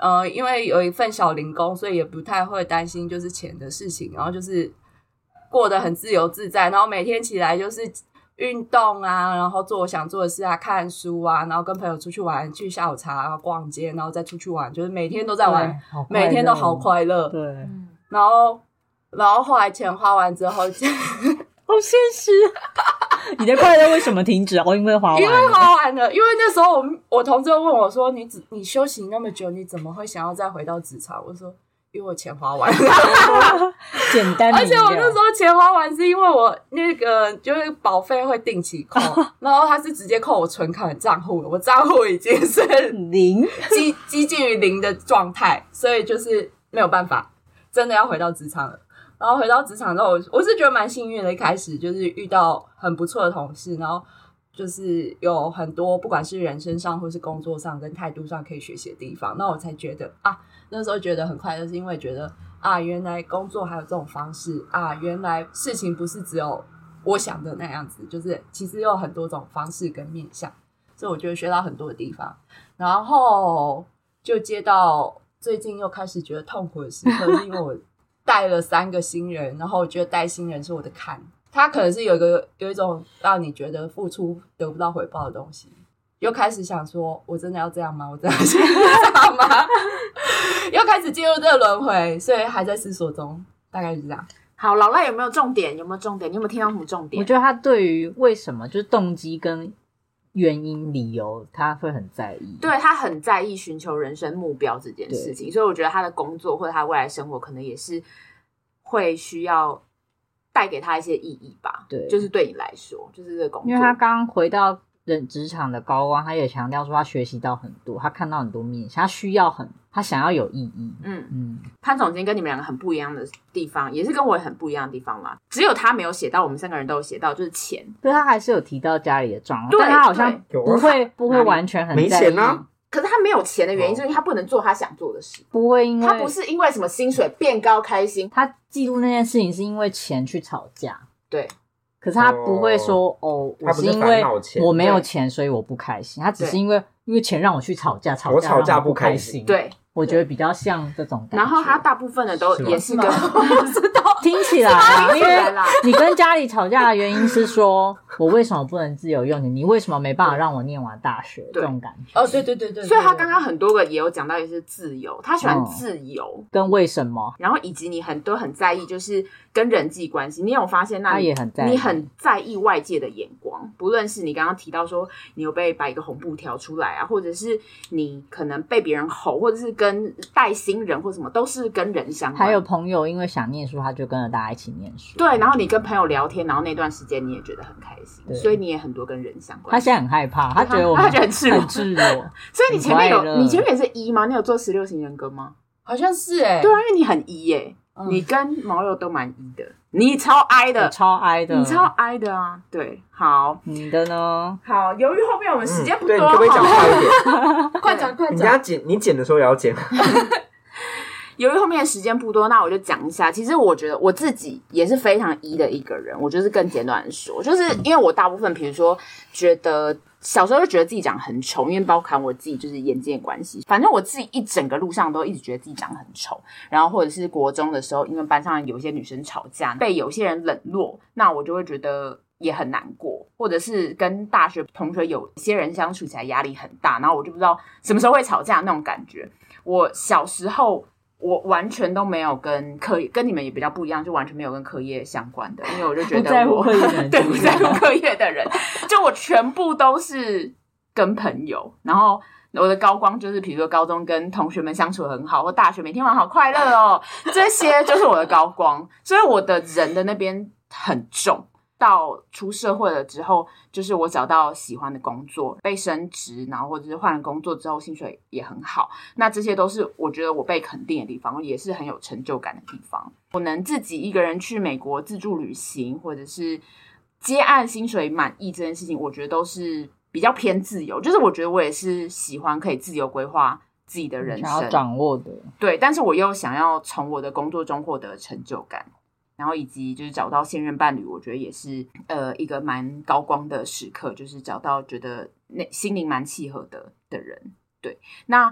因为有一份小零工，所以也不太会担心就是钱的事情，然后就是过得很自由自在，然后每天起来就是运动啊，然后做我想做的事啊，看书啊，然后跟朋友出去玩，去下午茶、逛街，然后再出去玩，就是每天都在玩，每天都好快乐。 对， 然后后来钱花完之后， 好现实。你的快乐为什么停止？因为花完了。 因为花完了，因为那时候我同事问我说：“你休息那么久，你怎么会想要再回到职场？”我说：“因为我钱花完了。” 简单明了。 而且我那时候钱花完是因为我那个就是保费会定期扣，然后他是直接扣我存款的账户了，我账户已经是零， 接近于零的状态，所以就是没有办法，真的要回到职场了。然后回到职场之后，我是觉得蛮幸运的，一开始就是遇到很不错的同事，然后就是有很多不管是人生上或是工作上跟态度上可以学习的地方，那我才觉得那时候觉得很快乐，是因为觉得原来工作还有这种方式原来事情不是只有我想的那样子，就是其实有很多种方式跟面向，所以我觉得学到很多的地方。然后就接到最近又开始觉得痛苦的时刻，是因为我带了3个新人，然后我觉得带新人是我的坎，他可能是有一种让你觉得付出得不到回报的东西，又开始想说我真的要这样吗？我真的要这样吗？又开始进入这个轮回，所以还在思索中，大概是这样。 好，老赖有没有重点？有没有重点？你有没有听到什么重点？ 我觉得他对于为什么就是动机跟原因理由他会很在意， 对，他很在意寻求人生目标这件事情，所以我觉得他的工作或者他未来生活可能也是会需要带给他一些意义吧。 对， 就是对你来说，就是这个工作， 因为他刚回到职场的高光，他也强调说他学习到很多，他看到很多面向，他想要有意义。 潘总监跟你们两个很不一样的地方，也是跟我很不一样的地方啦。只有他没有写到，我们3个人都有写到，就是钱。 对，他还是有提到家里的状况， 对， 但他好像不会完全很在意。 没钱啊。 可是他没有钱的原因，是因为他不能做他想做的事。 不会因为他不是因为什么薪水变高开心， 他记录那件事情是因为钱去吵架。 对。 可是他不会说我是因为我没有钱所以我不开心，他只是因为钱让我去吵架， 我吵架不开心。 对， 我觉得比较像这种感觉。 然后他大部分的都也是跟我不知道听起来啊，因为你跟家里吵架的原因是说我为什么不能自由用钱，你为什么没办法让我念完大学，这种感觉。 对， 所以他刚刚很多个也有讲到，也是自由，他喜欢自由跟为什么， 然后以及你都很在意就是跟人际关系，你有发现那他也很在意， 你很在意外界的眼光，不论是你刚刚提到说你有被摆一个红布条出来啊，或者是你可能被别人吼，或者是跟带新人或什么，都是跟人相关。 还有朋友因为想念书，他就跟着大家一起念书。 对，然后你跟朋友聊天，然后那段时间你也觉得很开心，所以你也很多跟人相关。 他现在很害怕，他觉得他觉得很赤裸， 所以你前面也是 E 吗？你有做16型人格吗？ 好像是对啊，因为你很 E 耶，你跟毛友都蛮 E 的，你超 I 的， 超 I 的， 你超 I 的啊。对，好， 你的呢？ 好，由于后面我们时间不多， 对，你可不可以讲快一点？ 快讲！ 你剪的时候也要剪。 由于后面的时间不多，那我就讲一下。其实我觉得我自己也是非常的一个人，我就是更简短的说，就是因为我大部分比如说觉得小时候就觉得自己长很丑，因为包含我自己就是眼睛的关系，反正我自己一整个路上都一直觉得自己长很丑，然后或者是国中的时候，因为班上有一些女生吵架，被有些人冷落，那我就会觉得也很难过，或者是跟大学同学有些人相处起来压力很大，然后我就不知道什么时候会吵架那种感觉。我小时候我完全都没有跟你们也比较不一样，就完全没有跟课业相关的，因为我就觉得不在乎课业的人， 对，不在乎课业的人，就我全部都是跟朋友，然后我的高光就是比如说高中跟同学们相处很好，或大学每天玩好快乐哦，这些就是我的高光，所以我的人的那边很重。到出社会了之后，就是我找到喜欢的工作，被升职，然后或者是换了工作之后薪水也很好，那这些都是我觉得我被肯定的地方，也是很有成就感的地方。我能自己一个人去美国自助旅行，或者是接案薪水满意这件事情，我觉得都是比较偏自由，就是我觉得我也是喜欢可以自由规划自己的人生， 想要掌握的。 对，但是我又想要从我的工作中获得成就感，然后以及就是找到现任伴侣，我觉得也是一个蛮高光的时刻，就是找到觉得心灵蛮契合的人。对，那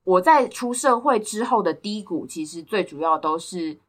我在出社会之后的低谷，其实最主要都是，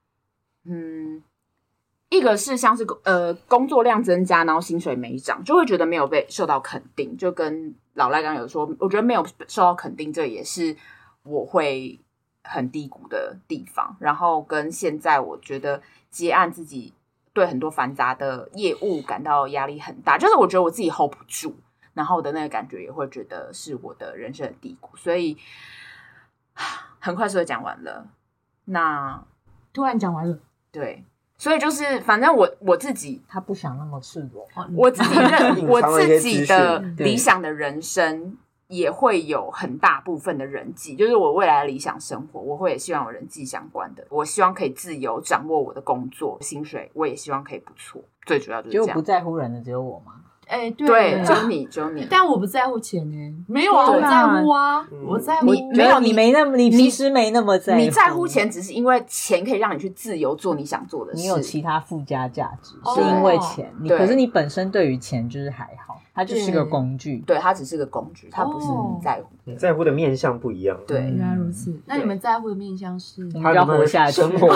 一个是像是工作量增加，然后薪水没涨，就会觉得没有被受到肯定，就跟老赖刚刚有说，我觉得没有受到肯定，这也是我会很低谷的地方。然后跟现在我觉得接案自己对很多繁杂的业务感到压力很大，就是我觉得我自己 hold 不住，然后我的那个感觉也会觉得是我的人生的低谷，所以很快速的讲完了。那突然讲完了， 对，所以就是反正我自己， 他不想那么赤裸， 我自己我自己的对理想的人生也会有很大部分的人际，就是我未来的理想生活，我会也希望有人际相关的，我希望可以自由掌握我的工作薪水，我也希望可以不错，最主要就是这样。 结果不在乎人的只有我吗？ 哎， 对，只有你， 但我不在乎钱呢，没有啊， 对我在乎啊，我在乎， 没有，你没那么，你其实没那么在乎， 你在乎钱，只是因为钱可以让你去自由做你想做的事， 你有其他附加价值， 哦是因为钱。 对可是你本身对于钱就是还好，它就是个工具。 对，它只是个工具，它不是你在乎。 在乎的面向不一样。 对， 原来如此。那你们在乎的面向是？ 我们就要活下去， 生活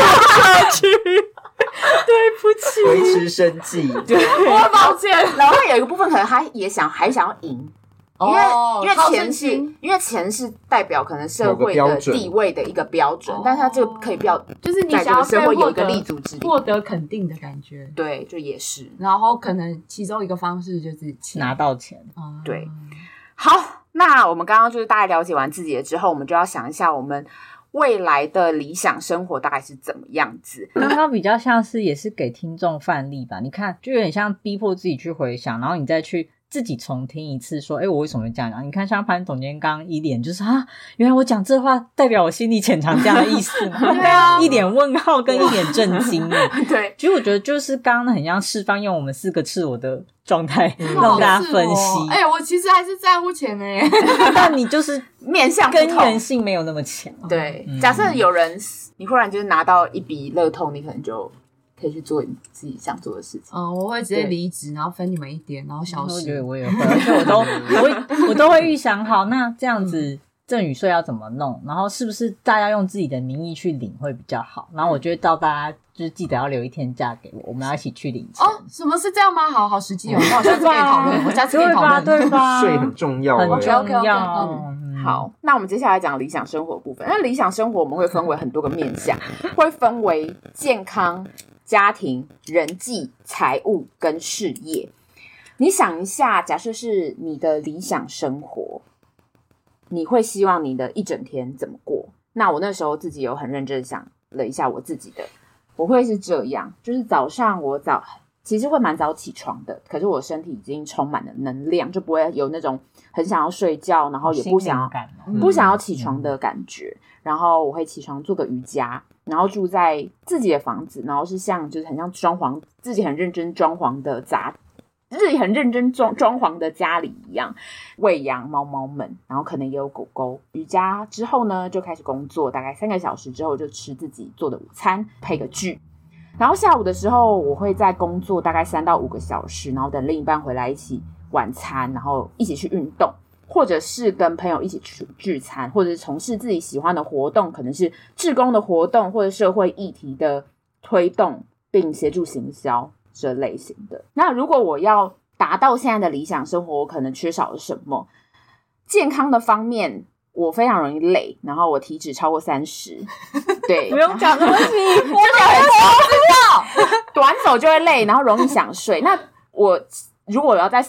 对不起， 维持生计。 我抱歉。然后有一个部分可能他也还想要赢。因为钱是代表可能社会的地位的一个标准，但是它这个可以就是你想要社会有一个立足之地， 获得肯定的感觉。 对，就也是。 然后可能其中一个方式就是拿到钱。 对，好，那我们刚刚就是大概了解完自己了之后，我们就要想一下我们未来的理想生活大概是怎么样子。 刚刚比较像是也是给听众范例吧，你看就有点像逼迫自己去回想，然后你再去自己重听一次说我为什么会这样讲。你看像潘总监刚一脸就是原来我讲这话代表我心里潜藏这样的意思吗？ 对啊， 一脸问号跟一脸震惊。 对， 其实我觉得就是刚刚很像示范用我们4个赤裸的状态让大家分析。 我其实还是在乎钱但你就是面向根源性没有那么强。 对，假设有人你忽然就是拿到一笔乐透，你可能就可以去做你自己想做的事情。 我会直接离职，然后分你们一点，然后消失。 我觉得我也会，而且我都会预想好，那这样子赠与税要怎么弄，然后是不是大家用自己的名义去领会比较好？然后我就会叫大家就是记得要留一天假给我们要一起去领钱。 什么是这样吗？好实际哦，那我下次可以讨论，我下次可以讨论， 对吧？ 税很重要， 很重要。 好，那我们接下来讲理想生活部分。那理想生活我们会分为很多个面向，会分为健康、家庭、人际、财务跟事业。你想一下，假设是你的理想生活，你会希望你的一整天怎么过？那我那时候自己有很认真想了一下我自己的，我会是这样，就是早上其实会蛮早起床的，可是我身体已经充满了能量，就不会有那种很想要睡觉，然后也不想要起床的感觉。然后我会起床做个瑜伽，然后住在自己的房子，然后是就是很像装潢，自己很认真装潢的自己很认真装潢的家里一样，喂养猫猫们，然后可能也有狗狗。瑜伽之后呢，就开始工作，大概3个小时之后就吃自己做的午餐，配个剧。然后下午的时候，我会在工作大概3到5个小时，然后等另一半回来一起晚餐，然后一起去运动，或者是跟朋友一起去聚餐，或者是从事自己喜欢的活动，可能是志工的活动或者社会议题的推动，并协助行销这类型的。那如果我要达到现在的理想生活，我可能缺少了什么？健康的方面，我非常容易累，然后我体脂超过30，对， 不用讲那么细， 我很知道，短走就会累，然后容易想睡。那我如果我要在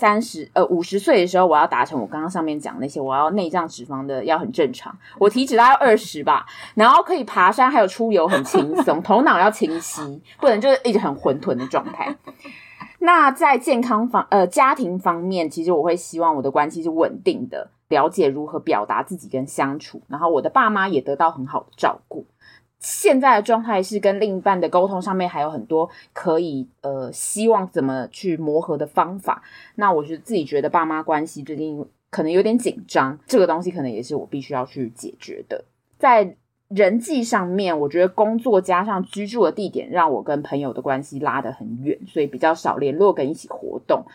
50岁的时候，我要达成我刚刚上面讲那些，我要内脏脂肪的要很正常，我体脂大概20吧，然后可以爬山，还有出游很轻松，头脑要清晰，不能就是一直很混沌的状态。那在家庭方面，其实我会希望我的关系是稳定的，了解如何表达自己跟相处，然后我的爸妈也得到很好的照顾。现在的状态是跟另一半的沟通上面还有很多可以希望怎么去磨合的方法。那我自己觉得爸妈关系最近可能有点紧张，这个东西可能也是我必须要去解决的。在人际上面，我觉得工作加上居住的地点让我跟朋友的关系拉得很远，所以比较少联络跟一起活动。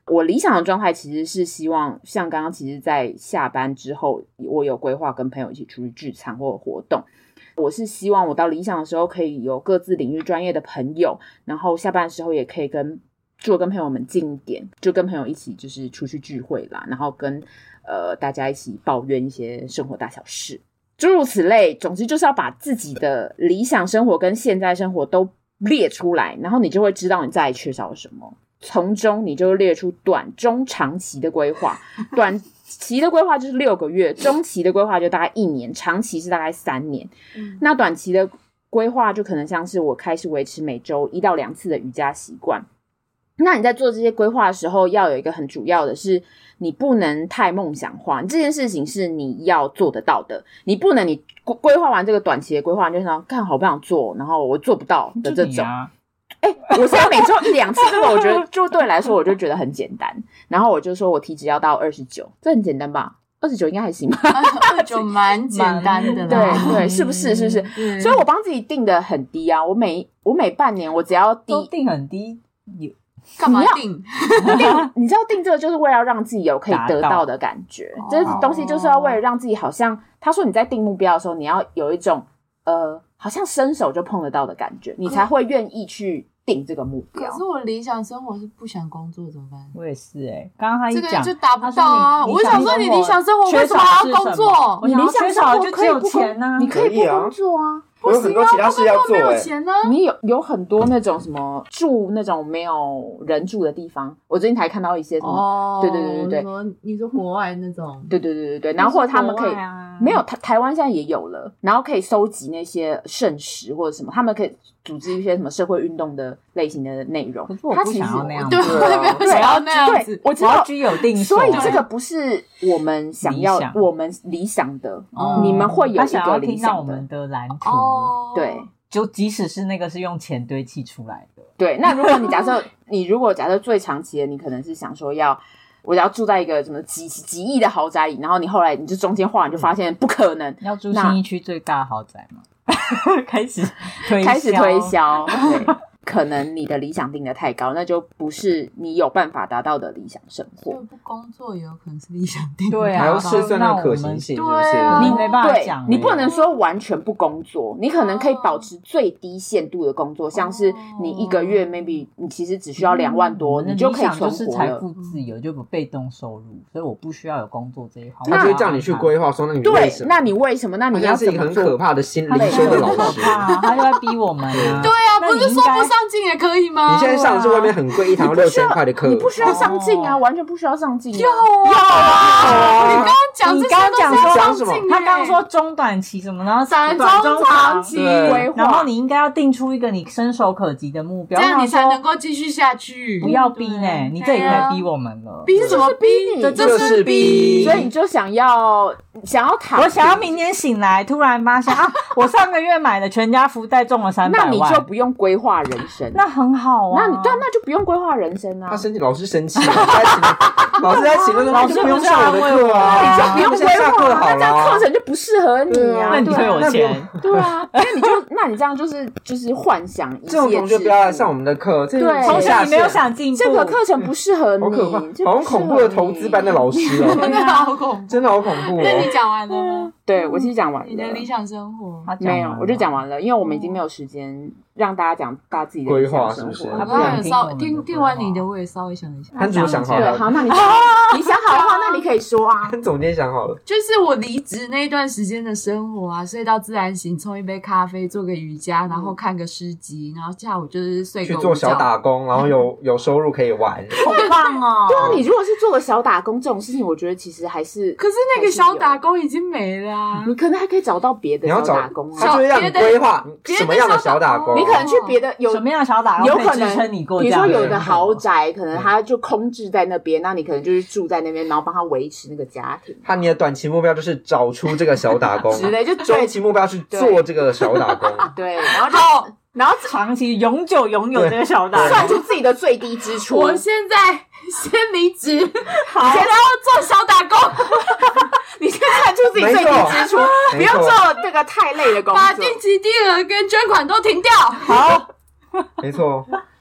我理想的状态其实是希望像刚刚其实在下班之后我有规划跟朋友一起出去聚餐或者活动，我是希望我到理想的时候可以有各自领域专业的朋友，然后下班的时候也可以跟朋友们近一点，就跟朋友一起就是出去聚会啦，然后跟大家一起抱怨一些生活大小事，诸如此类。总之就是要把自己的理想生活跟现在生活都列出来，然后你就会知道你在缺少什么，从中你就列出短中长期的规划。短期的规划就是6个月，中期的规划就大概1年，长期是大概3年。那短期的规划就可能像是我开始维持每周1到2次的瑜伽习惯。那你在做这些规划的时候，要有一个很主要的是，你不能太梦想化，这件事情是你要做得到的，你不能你规划完这个短期的规划，你就想看好不想做，然后我做不到的这种。我现在每周1、2次，这个我觉得就对我来说，我就觉得很简单。然后我就说我体脂要到29，这很简单吧？29应该还行吧 ？29蛮简单的啦， 对，是不是？所以我帮自己定的很低啊，我每半年我只要都定很低， 干嘛定？ 你知道定这个就是为了让自己有可以得到的感觉，这东西就是要为了让自己好像他说你在定目标的时候，你要有一种好像伸手就碰得到的感觉，你才会愿意去定这个目标。 可是我理想生活是不想工作怎么办？ 我也是刚刚他一讲这个就达不到啊！我想说你理想生活为什么还要工作？ 你理想生活就只有钱啊， 你可以不工作啊。 我有很多其他事要做， 没有钱呢。 你有很多那种什么住那种没有人住的地方，我最近才看到一些什么，对， 你说国外那种， 对，然后或者他们可以没有台湾现在也有了，然后可以收集那些剩食或者什么，他们可以组织一些什么社会运动的类型的内容。 可是我不想要那样子， 对，想要那样子， 我知道居有定所， 所以这个不是我们想要我们理想的，你们会有一个理想的， 他想要听到我们的蓝图。 对， 就即使是那个是用钱堆砌出来的。 对，那如果你假设最长期的，你可能是想说我要住在一个什么几亿的豪宅里，然后你后来你就中间画，你就发现不可能。 要住信义区最大豪宅吗？开始推销，对。可能你的理想定的太高，那就不是你有办法达到的理想生活。 就不工作也有可能是理想定的， 对啊， 还要试算那个可行性，是不是？ 你没办法讲， 你不能说完全不工作，你可能可以保持最低限度的工作，像是你1个月 maybe 你其实只需要2万多，你就可以存活了。 就是财富自由，就不被动收入，所以我不需要有工作这一行。 他就会叫你去规划，说那你为什么？ 那你为什么？那你要是一个很可怕的心灵修的老师， 他就在逼我们啊。 对啊，不是说不上进也可以吗？ 你现在上的是外面很贵，1堂6000块的课， 你不需要上进啊，完全不需要上进。 有啊！你刚刚讲这些都是要上进。 他刚刚说中短期什么，然后短中长期规划， 然后你应该要定出一个你伸手可及的目标， 这样你才能够继续下去。 不要逼呢，你这也可以逼我们了。 逼什么逼你？ 这是逼， 所以你就想要躺， 我想要明天醒来突然发现我上个月买的全家福袋中了300万， 那你就不用规划人生， 那很好啊。 那就不用规划人生啊。 老师生气了，老师在请问老师不用上我的课啊， 你就不用规划， 那这样课程就不适合你啊。 那你退我钱， 对啊，那你这样就是幻想一些， 这种同学不要来上我们的课。 对， 同学你没有想进步， 这个课程不适合你， 好可怕，好恐怖的投资班的老师哦， 真的好恐怖， 真的好恐怖哦。 那你讲完了吗？ 对，我其实讲完了。 你的理想生活没有，我就讲完了，因为我们已经没有时间让大家讲大家自己的规划，是不是？ 听完你的，我也稍微想一下。 潘主想好了， 好，那你想好的话，那你可以说啊。 潘总监想好了， 就是我离职那一段时间的生活啊，睡到自然醒，冲一杯咖啡，做个瑜伽，然后看个诗集，然后下午就是睡个午觉， 去做小打工，然后有收入可以玩， 好棒哦！ 对啊，你如果是做个小打工这种事情，我觉得其实还是， 可是那个小打工已经没了啊， 你可能还可以找到别的小打工啊。 他就会让你规划什么样的小打工， 你可能去别的什么样的小打工， 有可能比如说有的豪宅，可能他就空置在那边，那你可能就是住在那边，然后帮他维持那个家庭。 你的短期目标就是找出这个小打工之类，就中期目标是做这个小打工， 对，然后长期永久拥有这个小打工， 算出自己的最低支出。 我现在先离职，然后做小打工。 你先算出自己最低支出，不要做这个太累的工作， 把定期定额跟捐款都停掉。 好，没错。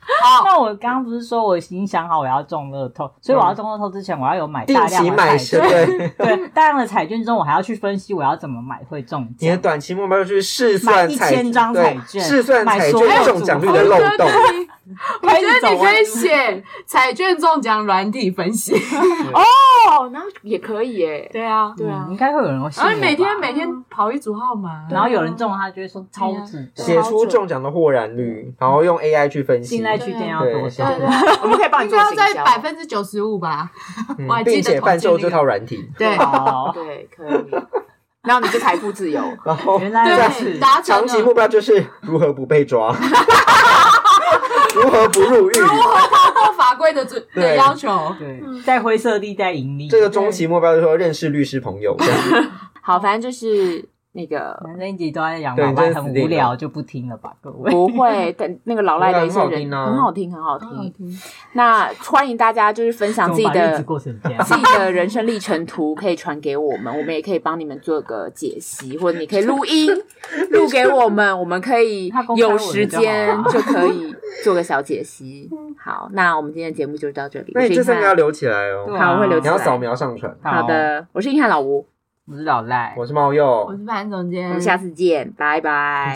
那我刚刚不是说我已经想好我要中乐透，所以我要中乐透之前，我要有买大量定期买的彩券， 对。 对，大量的彩券之后，我还要去分析我要怎么买会中你的奖。 短期目标就是试算买1000张彩券试算彩券买所有中奖率的漏洞。 我觉得你可以写彩券中奖软体分析。 哦，然后也可以耶。 对啊， 对啊应该会有人会信然后我吧。 你每天跑一组号码， 然后有人中了，他就会说超值的， 写出中奖的获然率，然后用 AI 去分析信，赖去店要多少？ 对对， 我们可以帮你应该要在做行销。 95%吧。我还记得并且贩售这套软体， 对哦， 对，可以。然后你就财富自由。 然后原来如此对，。达成长期了目标就是如何不被抓，如何不入狱。 达到法规的对要求。 对，在灰色地带盈利。 这个中期目标就是说认识律师朋友，这样好，反正就是那个反正一集都在讲对老赖很真的死定了无聊，就不听了吧，各位。 不会，但那个老赖的一些人很好听啊很好听，很好听。那欢迎大家就是分享自己怎么把日子的过成这样？ 自己的人生历程图，可以传给我们，我们也可以帮你们做个解析，或者你可以录音录给我们，我们可以他公开我的有时间就好就可以做个小解析。好，那我们今天的节目就到这里。 那你这三个要我是硬汉留起来哦对， 好，我会留起来。 你要扫描上传。 好的，我是硬汉老吴， 我是老赖。 我是猫鼬我，是潘总监， 我们下次见，拜拜。